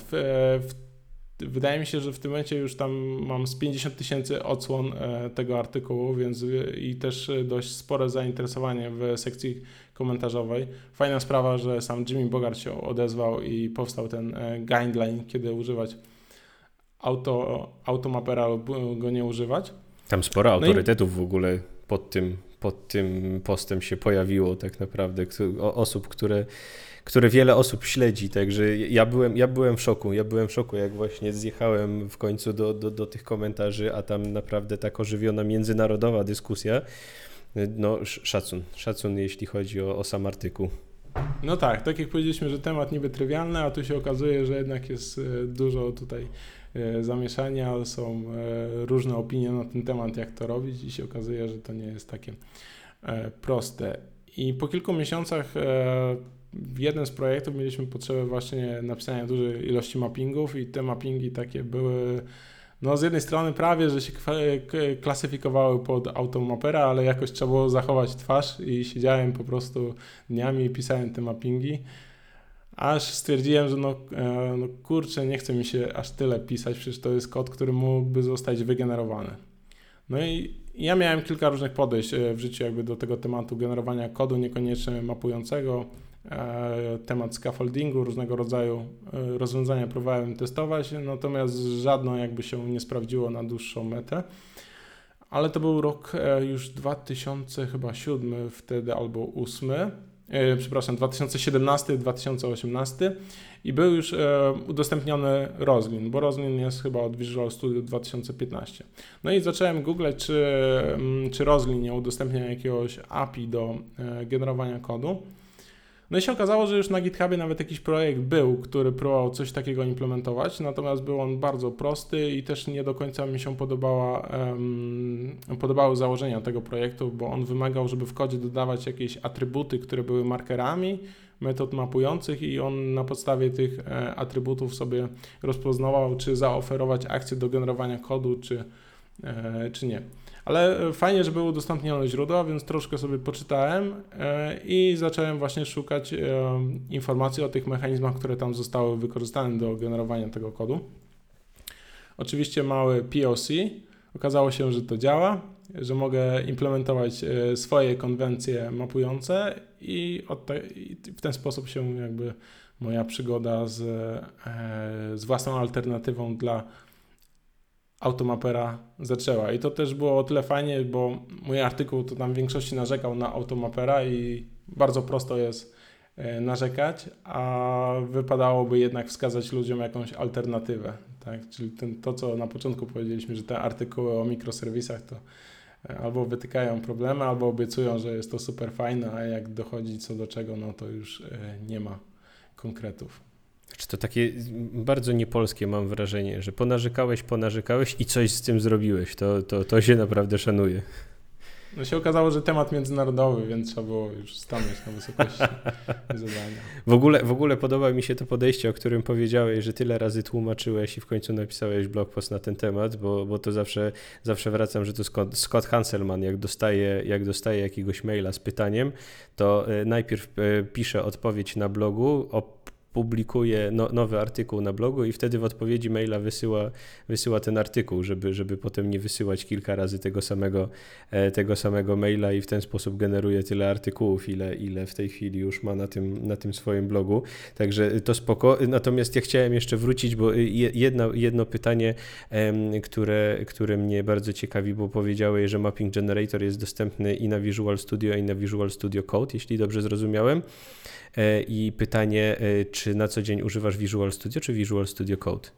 Wydaje mi się, że w tym momencie już tam mam z 50 000 odsłon tego artykułu, więc i też dość spore zainteresowanie w sekcji komentarzowej. Fajna sprawa, że sam Jimmy Bogart się odezwał i powstał ten guideline, kiedy używać Automappera lub go nie używać. Tam sporo autorytetów w ogóle pod tym postem się pojawiło tak naprawdę, osób, które wiele osób śledzi, także ja byłem w szoku, jak właśnie zjechałem w końcu do tych komentarzy, a tam naprawdę tak ożywiona międzynarodowa dyskusja, no szacun jeśli chodzi o sam artykuł. No tak jak powiedzieliśmy, że temat niby trywialny, a tu się okazuje, że jednak jest dużo tutaj zamieszania, są różne opinie na ten temat, jak to robić i się okazuje, że to nie jest takie proste. I po kilku miesiącach w jednym z projektów mieliśmy potrzebę właśnie napisania dużej ilości mappingów i te mappingi takie były z jednej strony prawie, że się klasyfikowały pod automapera, ale jakoś trzeba było zachować twarz i siedziałem po prostu dniami i pisałem te mappingi, aż stwierdziłem, że kurczę, nie chce mi się aż tyle pisać, przecież to jest kod, który mógłby zostać wygenerowany. No i ja miałem kilka różnych podejść w życiu jakby do tego tematu generowania kodu, niekoniecznie mapującego, temat scaffoldingu, różnego rodzaju rozwiązania próbowałem testować, natomiast żadno jakby się nie sprawdziło na dłuższą metę. Ale to był rok już 2007 wtedy albo 2017-2018 i był już udostępniony Roslyn, bo Roslyn jest chyba od Visual Studio 2015. No i zacząłem googlać, czy Roslyn nie udostępnia jakiegoś API do generowania kodu. No i się okazało, że już na GitHubie nawet jakiś projekt był, który próbował coś takiego implementować, natomiast był on bardzo prosty i też nie do końca mi się podobały założenia tego projektu, bo on wymagał, żeby w kodzie dodawać jakieś atrybuty, które były markerami metod mapujących i on na podstawie tych atrybutów sobie rozpoznawał, czy zaoferować akcję do generowania kodu, czy nie. Ale fajnie, że były udostępnione źródła, więc troszkę sobie poczytałem i zacząłem właśnie szukać informacji o tych mechanizmach, które tam zostały wykorzystane do generowania tego kodu. Oczywiście mały POC. Okazało się, że to działa, że mogę implementować swoje konwencje mapujące i w ten sposób się jakby moja przygoda z własną alternatywą dla automapera zaczęła. I to też było o tyle fajnie, bo mój artykuł to tam w większości narzekał na automapera i bardzo prosto jest narzekać, a wypadałoby jednak wskazać ludziom jakąś alternatywę. Tak? Czyli to, co na początku powiedzieliśmy, że te artykuły o mikroserwisach to albo wytykają problemy, albo obiecują, że jest to super fajne, a jak dochodzi co do czego, to już nie ma konkretów. Czy to takie bardzo niepolskie mam wrażenie, że ponarzekałeś i coś z tym zrobiłeś. To się naprawdę szanuje. No się okazało, że temat międzynarodowy, więc trzeba było już stanąć na wysokości zadania. W ogóle podoba mi się to podejście, o którym powiedziałeś, że tyle razy tłumaczyłeś i w końcu napisałeś blog post na ten temat, bo to zawsze wracam, że to Scott Hanselman, jak dostaje jakiegoś maila z pytaniem, to najpierw pisze odpowiedź na blogu, publikuje nowy artykuł na blogu i wtedy w odpowiedzi maila wysyła ten artykuł, żeby potem nie wysyłać kilka razy tego samego maila i w ten sposób generuje tyle artykułów, ile w tej chwili już ma na tym swoim blogu. Także to spoko. Natomiast ja chciałem jeszcze wrócić, bo jedno pytanie, które mnie bardzo ciekawi, bo powiedziałeś, że Mapping Generator jest dostępny i na Visual Studio, i na Visual Studio Code, jeśli dobrze zrozumiałem. I pytanie, czy na co dzień używasz Visual Studio, czy Visual Studio Code?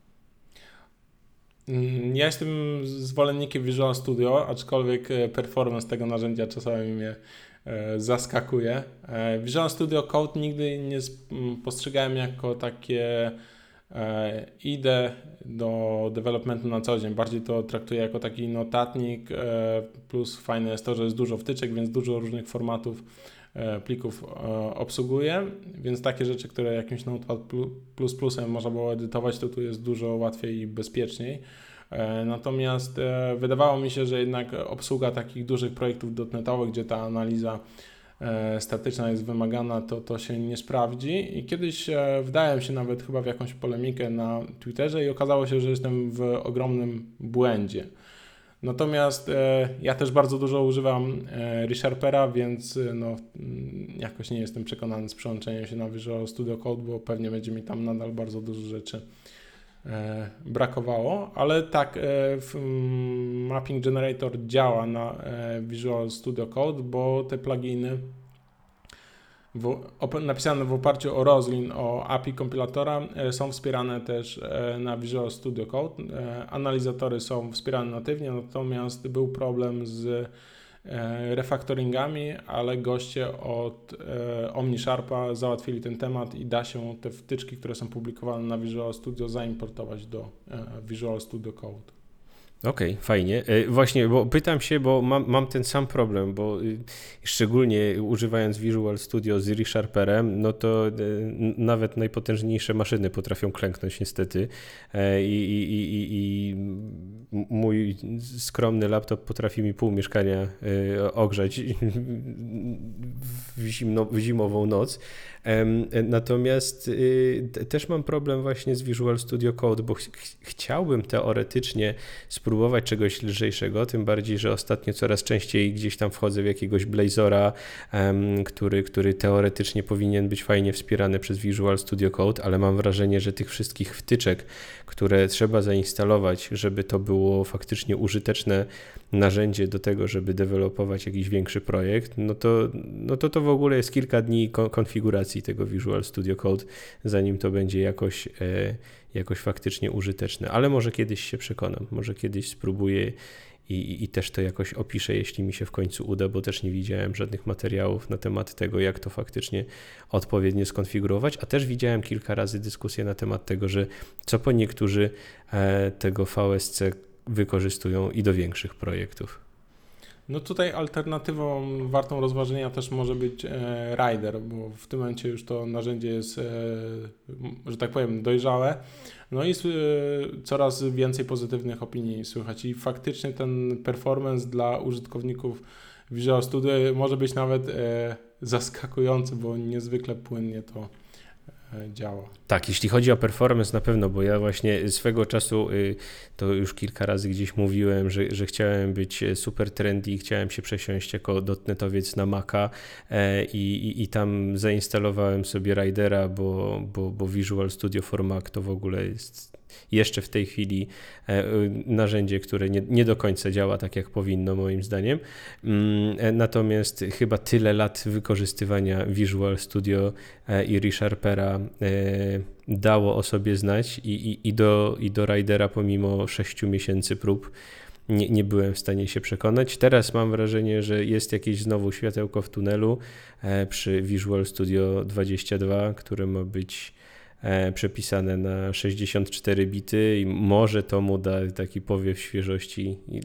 Ja jestem zwolennikiem Visual Studio, aczkolwiek performance tego narzędzia czasami mnie zaskakuje. Visual Studio Code nigdy nie postrzegałem jako takie IDE do developmentu na co dzień. Bardziej to traktuję jako taki notatnik, plus fajne jest to, że jest dużo wtyczek, więc dużo różnych formatów plików obsługuje, więc takie rzeczy, które jakimś Notepad++ można było edytować, to tu jest dużo łatwiej i bezpieczniej. Natomiast wydawało mi się, że jednak obsługa takich dużych projektów dotnetowych, gdzie ta analiza statyczna jest wymagana, to się nie sprawdzi i kiedyś wdałem się nawet chyba w jakąś polemikę na Twitterze i okazało się, że jestem w ogromnym błędzie. Natomiast ja też bardzo dużo używam ReSharpera, więc jakoś nie jestem przekonany z przełączeniem się na Visual Studio Code, bo pewnie będzie mi tam nadal bardzo dużo rzeczy brakowało, ale tak, Mapping Generator działa na Visual Studio Code, bo te pluginy napisane w oparciu o Roslyn, o API kompilatora są wspierane też na Visual Studio Code. Analizatory są wspierane natywnie, natomiast był problem z refaktoringami, ale goście od OmniSharpa załatwili ten temat i da się te wtyczki, które są publikowane na Visual Studio, zaimportować do Visual Studio Code. Okej, fajnie. Właśnie, bo pytam się, bo mam ten sam problem, bo szczególnie używając Visual Studio z ReSharperem, no to nawet najpotężniejsze maszyny potrafią klęknąć niestety. I mój skromny laptop potrafi mi pół mieszkania ogrzać w zimową noc. Natomiast też mam problem właśnie z Visual Studio Code, bo chciałbym teoretycznie spróbować czegoś lżejszego, tym bardziej, że ostatnio coraz częściej gdzieś tam wchodzę w jakiegoś Blazora, który teoretycznie powinien być fajnie wspierany przez Visual Studio Code, ale mam wrażenie, że tych wszystkich wtyczek, które trzeba zainstalować, żeby to było faktycznie użyteczne narzędzie do tego, żeby dewelopować jakiś większy projekt, no to w ogóle jest kilka dni konfiguracji tego Visual Studio Code, zanim to będzie jakoś faktycznie użyteczne, ale może kiedyś się przekonam, może kiedyś spróbuję i też to jakoś opiszę, jeśli mi się w końcu uda, bo też nie widziałem żadnych materiałów na temat tego, jak to faktycznie odpowiednio skonfigurować, a też widziałem kilka razy dyskusję na temat tego, że co po niektórzy tego VSC wykorzystują i do większych projektów. No tutaj alternatywą wartą rozważenia też może być Rider, bo w tym momencie już to narzędzie jest, że tak powiem, dojrzałe. No i coraz więcej pozytywnych opinii słychać i faktycznie ten performance dla użytkowników Visual Studio może być nawet zaskakujący, bo niezwykle płynnie to działa. Tak, jeśli chodzi o performance na pewno, bo ja właśnie swego czasu to już kilka razy gdzieś mówiłem, że chciałem być super trendy i chciałem się przesiąść jako dotnetowiec na Maca i tam zainstalowałem sobie Ridera, bo Visual Studio for Mac to w ogóle jest jeszcze w tej chwili narzędzie, które nie do końca działa tak, jak powinno moim zdaniem. Natomiast chyba tyle lat wykorzystywania Visual Studio i ReSharpera dało o sobie znać i do Ridera pomimo 6 miesięcy prób nie byłem w stanie się przekonać. Teraz mam wrażenie, że jest jakieś znowu światełko w tunelu przy Visual Studio 22, które ma być przepisane na 64 bity i może to mu da taki powiew świeżości i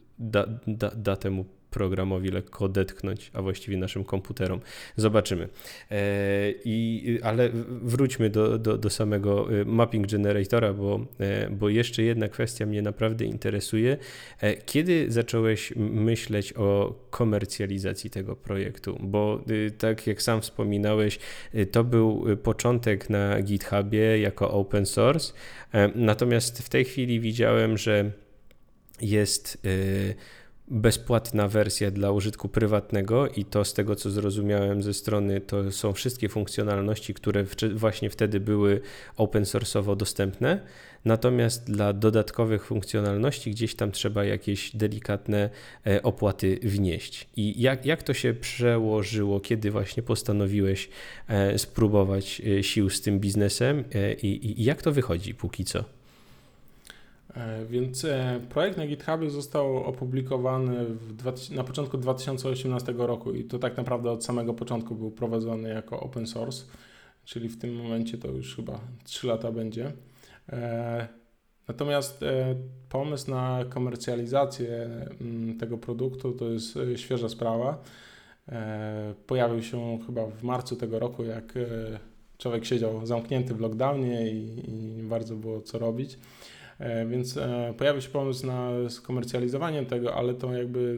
da temu programowi lekko odetchnąć, a właściwie naszym komputerom. Zobaczymy. Ale wróćmy do samego mapping generatora, bo jeszcze jedna kwestia mnie naprawdę interesuje. Kiedy zacząłeś myśleć o komercjalizacji tego projektu? Bo tak jak sam wspominałeś, to był początek na GitHubie jako open source, natomiast w tej chwili widziałem, że jest bezpłatna wersja dla użytku prywatnego i to z tego, co zrozumiałem ze strony, to są wszystkie funkcjonalności, które właśnie wtedy były open source'owo dostępne, natomiast dla dodatkowych funkcjonalności gdzieś tam trzeba jakieś delikatne opłaty wnieść. I jak to się przełożyło, kiedy właśnie postanowiłeś spróbować sił z tym biznesem i jak to wychodzi póki co? Więc projekt na GitHubie został opublikowany na początku 2018 roku i to tak naprawdę od samego początku był prowadzony jako open source, czyli w tym momencie to już chyba 3 lata będzie. Natomiast pomysł na komercjalizację tego produktu to jest świeża sprawa. Pojawił się chyba w marcu tego roku, jak człowiek siedział zamknięty w lockdownie i nie bardzo było co robić. Więc pojawił się pomysł na skomercjalizowanie tego, ale to jakby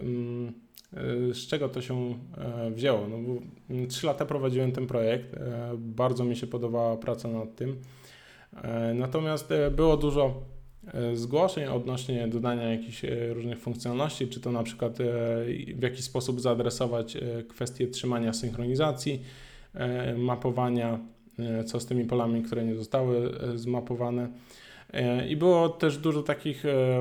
z czego to się wzięło? No bo 3 lata prowadziłem ten projekt, bardzo mi się podobała praca nad tym, natomiast było dużo zgłoszeń odnośnie dodania jakichś różnych funkcjonalności, czy to na przykład w jakiś sposób zaadresować kwestię trzymania synchronizacji, mapowania, co z tymi polami, które nie zostały zmapowane. I było też dużo takich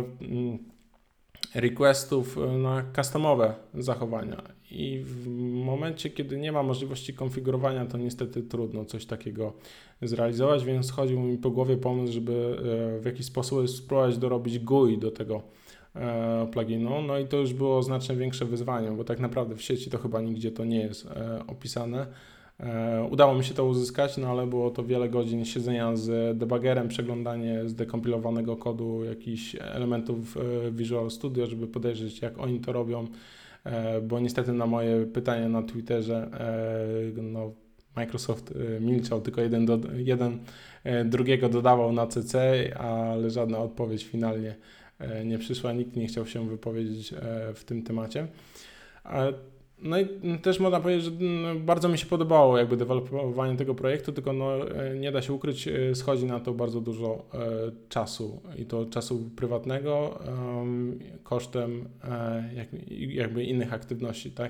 requestów na customowe zachowania i w momencie, kiedy nie ma możliwości konfigurowania, to niestety trudno coś takiego zrealizować, więc chodził mi po głowie pomysł, żeby w jakiś sposób spróbować dorobić GUI do tego pluginu, no i to już było znacznie większe wyzwanie, bo tak naprawdę w sieci to chyba nigdzie to nie jest opisane. Udało mi się to uzyskać, no ale było to wiele godzin siedzenia z debuggerem, przeglądanie zdekompilowanego kodu jakichś elementów Visual Studio, żeby podejrzeć, jak oni to robią, bo niestety na moje pytanie na Twitterze no, Microsoft milczał, tylko jeden drugiego dodawał na CC, ale żadna odpowiedź finalnie nie przyszła, nikt nie chciał się wypowiedzieć w tym temacie. No i też można powiedzieć, że bardzo mi się podobało jakby dewelopowanie tego projektu, tylko no, nie da się ukryć, schodzi na to bardzo dużo czasu i to czasu prywatnego kosztem jakby innych aktywności, tak?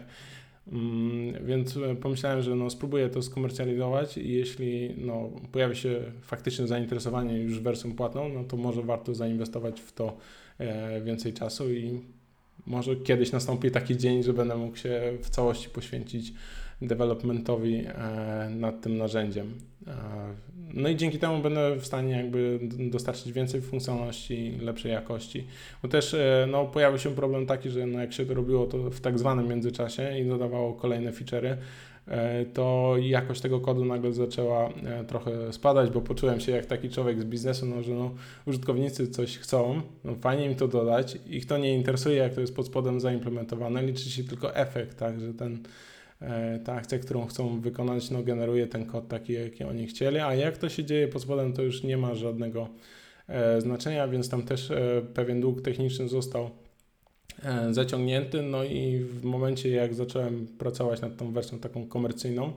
Więc pomyślałem, że no, spróbuję to skomercjalizować i jeśli no, pojawi się faktycznie zainteresowanie już wersją płatną, no to może warto zainwestować w to więcej czasu i może kiedyś nastąpi taki dzień, że będę mógł się w całości poświęcić developmentowi nad tym narzędziem. No i dzięki temu będę w stanie jakby dostarczyć więcej funkcjonalności, lepszej jakości. Bo też no, pojawił się problem taki, że no, jak się to robiło to w tak zwanym międzyczasie i dodawało kolejne feature'y, to jakość tego kodu nagle zaczęła trochę spadać, bo poczułem się jak taki człowiek z biznesu, no, że no, użytkownicy coś chcą, no, fajnie im to dodać, ich to nie interesuje, jak to jest pod spodem zaimplementowane, liczy się tylko efekt, tak, że ta akcja, którą chcą wykonać, no, generuje ten kod taki, jaki oni chcieli, a jak to się dzieje pod spodem, to już nie ma żadnego znaczenia, więc tam też pewien dług techniczny został zaciągnięty, no i w momencie jak zacząłem pracować nad tą wersją taką komercyjną,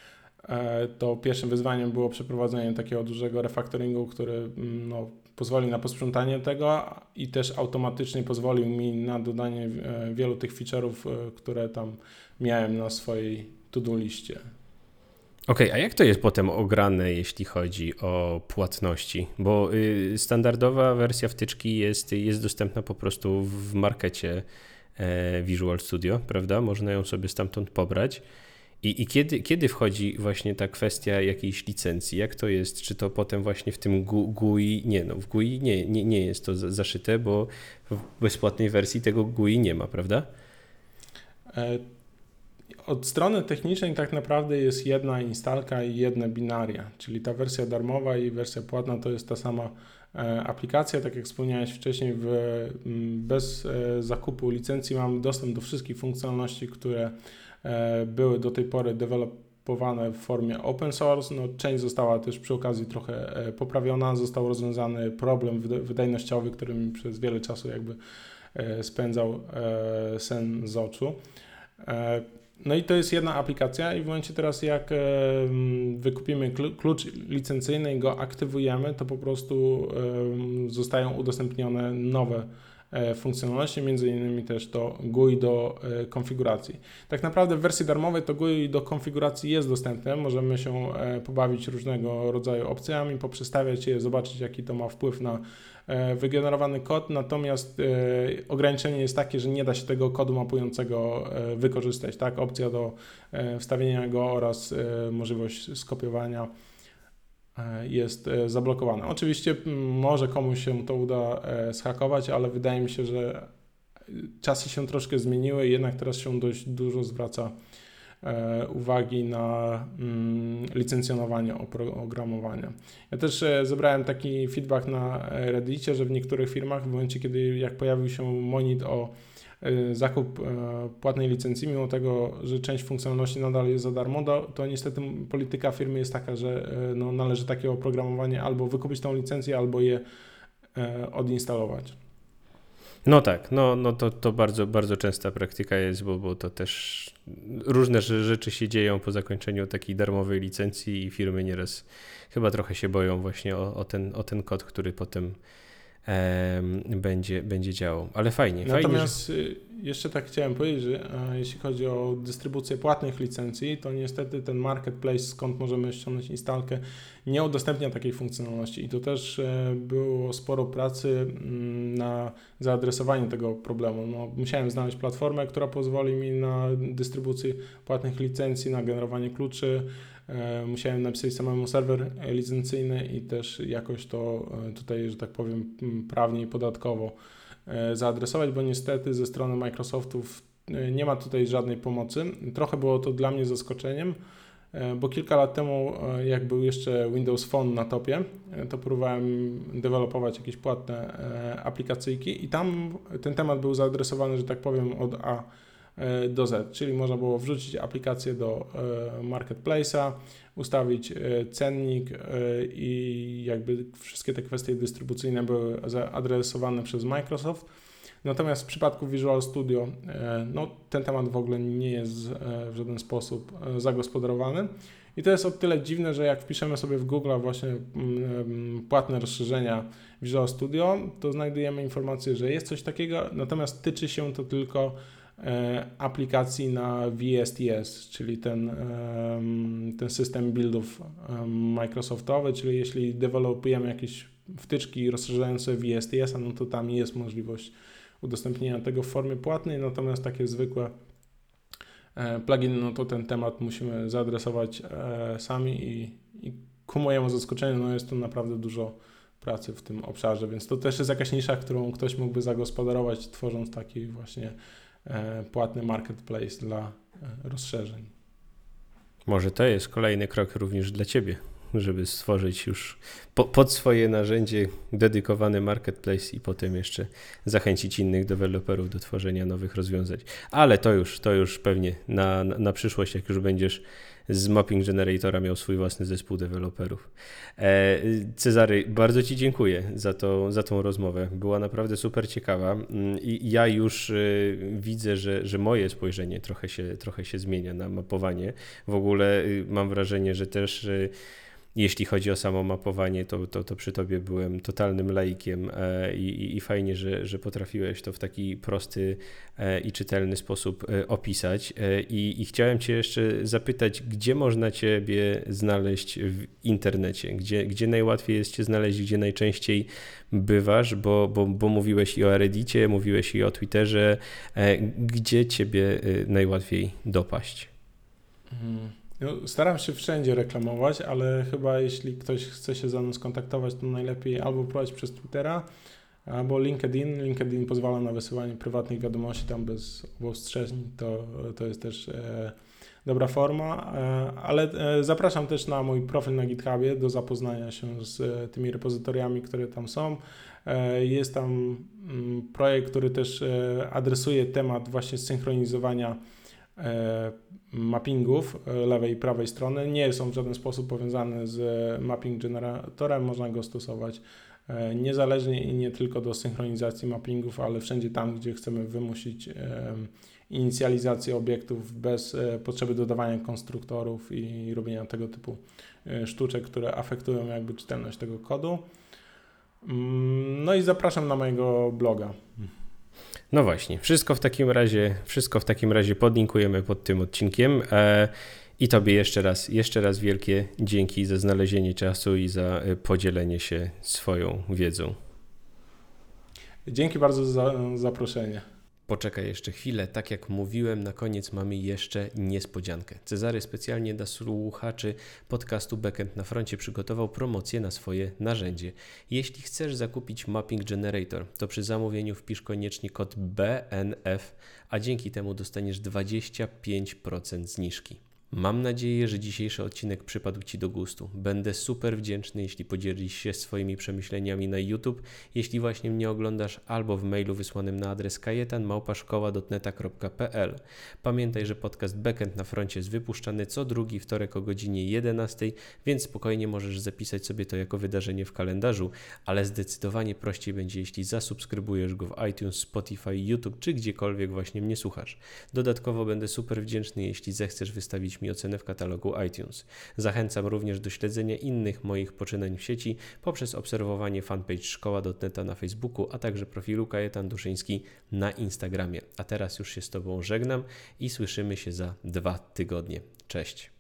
to pierwszym wyzwaniem było przeprowadzenie takiego dużego refactoringu, który no, pozwoli na posprzątanie tego i też automatycznie pozwolił mi na dodanie wielu tych feature'ów, które tam miałem na swojej to-do liście. Okej, a jak to jest potem ograne, jeśli chodzi o płatności? Bo standardowa wersja wtyczki jest dostępna po prostu w markecie Visual Studio, prawda? Można ją sobie stamtąd pobrać. I kiedy wchodzi właśnie ta kwestia jakiejś licencji? Jak to jest? Czy to potem właśnie w tym GUI? Nie, no w GUI nie jest to zaszyte, bo w bezpłatnej wersji tego GUI nie ma, prawda? Od strony technicznej tak naprawdę jest jedna instalka i jedne binaria, czyli ta wersja darmowa i wersja płatna to jest ta sama aplikacja. Tak jak wspomniałeś wcześniej, bez zakupu licencji mam dostęp do wszystkich funkcjonalności, które były do tej pory dewelopowane w formie open source. No, część została też przy okazji trochę poprawiona, został rozwiązany problem wydajnościowy, który mi przez wiele czasu jakby spędzał sen z oczu. No i to jest jedna aplikacja i w momencie teraz jak wykupimy klucz licencyjny i go aktywujemy, to po prostu zostają udostępnione nowe funkcjonalności, między innymi też to GUI do konfiguracji. Tak naprawdę w wersji darmowej to GUI do konfiguracji jest dostępne, możemy się pobawić różnego rodzaju opcjami, poprzestawiać je, zobaczyć jaki to ma wpływ na wygenerowany kod, natomiast ograniczenie jest takie, że nie da się tego kodu mapującego wykorzystać, tak? Opcja do wstawienia go oraz możliwość skopiowania jest zablokowana. Oczywiście może komuś się to uda zhakować, ale wydaje mi się, że czasy się troszkę zmieniły i jednak teraz się dość dużo zwraca uwagi na licencjonowanie oprogramowania. Ja też zebrałem taki feedback na Reddicie, że w niektórych firmach w momencie, kiedy jak pojawił się monit o zakup płatnej licencji, mimo tego, że część funkcjonalności nadal jest za darmo, to niestety polityka firmy jest taka, że no, należy takie oprogramowanie albo wykupić tą licencję, albo je odinstalować. No tak, no to bardzo, bardzo częsta praktyka jest, bo to też różne rzeczy się dzieją po zakończeniu takiej darmowej licencji i firmy nieraz chyba trochę się boją właśnie o ten kod, który potem będzie działał, ale fajnie. Natomiast jeszcze tak chciałem powiedzieć, że jeśli chodzi o dystrybucję płatnych licencji, to niestety ten marketplace, skąd możemy ściągnąć instalkę, nie udostępnia takiej funkcjonalności i to też było sporo pracy na zaadresowanie tego problemu. No, musiałem znaleźć platformę, która pozwoli mi na dystrybucję płatnych licencji, na generowanie kluczy. Musiałem napisać samemu serwer licencyjny i też jakoś to tutaj, że tak powiem, prawnie i podatkowo zaadresować, bo niestety ze strony Microsoftów nie ma tutaj żadnej pomocy. Trochę było to dla mnie zaskoczeniem, bo kilka lat temu, jak był jeszcze Windows Phone na topie, to próbowałem dewelopować jakieś płatne aplikacyjki i tam ten temat był zaadresowany, że tak powiem, od A do Z, czyli można było wrzucić aplikację do marketplace'a, ustawić cennik i jakby wszystkie te kwestie dystrybucyjne były zaadresowane przez Microsoft. Natomiast w przypadku Visual Studio ten temat w ogóle nie jest w żaden sposób zagospodarowany. I to jest o tyle dziwne, że jak wpiszemy sobie w Google właśnie płatne rozszerzenia Visual Studio, to znajdujemy informację, że jest coś takiego, natomiast tyczy się to tylko aplikacji na VSTS, czyli ten system buildów Microsoftowy, czyli jeśli dewelopujemy jakieś wtyczki rozszerzające VSTS, no to tam jest możliwość udostępnienia tego w formie płatnej, natomiast takie zwykłe pluginy, no to ten temat musimy zaadresować sami i ku mojemu zaskoczeniu, no jest tu naprawdę dużo pracy w tym obszarze, więc to też jest jakaś nisza, którą ktoś mógłby zagospodarować, tworząc taki właśnie płatny marketplace dla rozszerzeń. Może to jest kolejny krok również dla Ciebie, żeby stworzyć już pod swoje narzędzie dedykowany marketplace i potem jeszcze zachęcić innych deweloperów do tworzenia nowych rozwiązań. Ale to już pewnie na przyszłość, jak już będziesz z Mapping Generatora miał swój własny zespół deweloperów. Cezary, bardzo Ci dziękuję za tą rozmowę. Była naprawdę super ciekawa i ja już widzę, że moje spojrzenie trochę się zmienia na mapowanie. W ogóle mam wrażenie, że też jeśli chodzi o samo mapowanie, to przy Tobie byłem totalnym laikiem i fajnie, że potrafiłeś to w taki prosty i czytelny sposób opisać. I chciałem Cię jeszcze zapytać, gdzie można Ciebie znaleźć w internecie? Gdzie najłatwiej jest Cię znaleźć, gdzie najczęściej bywasz, bo mówiłeś i o Reddicie, mówiłeś i o Twitterze. Gdzie Ciebie najłatwiej dopaść? No, staram się wszędzie reklamować, ale chyba jeśli ktoś chce się ze mną skontaktować, to najlepiej albo prowadzić przez Twittera, albo LinkedIn. LinkedIn pozwala na wysyłanie prywatnych wiadomości tam bez ostrzeżeń, to jest też dobra forma, ale zapraszam też na mój profil na GitHubie do zapoznania się z tymi repozytoriami, które tam są. Jest tam projekt, który też adresuje temat właśnie zsynchronizowania mappingów lewej i prawej strony. Nie są w żaden sposób powiązane z mapping generatorem, można go stosować niezależnie i nie tylko do synchronizacji mappingów, ale wszędzie tam, gdzie chcemy wymusić inicjalizację obiektów bez potrzeby dodawania konstruktorów i robienia tego typu sztuczek, które afektują jakby czytelność tego kodu. No i zapraszam na mojego bloga. No właśnie, wszystko w takim razie podlinkujemy pod tym odcinkiem i Tobie jeszcze raz wielkie dzięki za znalezienie czasu i za podzielenie się swoją wiedzą. Dzięki bardzo za zaproszenie. Poczekaj jeszcze chwilę, tak jak mówiłem, na koniec mamy jeszcze niespodziankę. Cezary specjalnie dla słuchaczy podcastu Backend na froncie przygotował promocję na swoje narzędzie. Jeśli chcesz zakupić Mapping Generator, to przy zamówieniu wpisz koniecznie kod BNF, a dzięki temu dostaniesz 25% zniżki. Mam nadzieję, że dzisiejszy odcinek przypadł Ci do gustu. Będę super wdzięczny, jeśli podzielisz się swoimi przemyśleniami na YouTube, jeśli właśnie mnie oglądasz, albo w mailu wysłanym na adres kajetan@szkoła.dotneta.pl. Pamiętaj, że podcast Backend na froncie jest wypuszczany co drugi wtorek o godzinie 11, więc spokojnie możesz zapisać sobie to jako wydarzenie w kalendarzu, ale zdecydowanie prościej będzie, jeśli zasubskrybujesz go w iTunes, Spotify, YouTube czy gdziekolwiek właśnie mnie słuchasz. Dodatkowo będę super wdzięczny, jeśli zechcesz wystawić mi ocenę w katalogu iTunes. Zachęcam również do śledzenia innych moich poczynań w sieci poprzez obserwowanie fanpage Szkoła.dotneta na Facebooku, a także profilu Kajetan Duszyński na Instagramie. A teraz już się z Tobą żegnam i słyszymy się za 2 tygodnie. Cześć!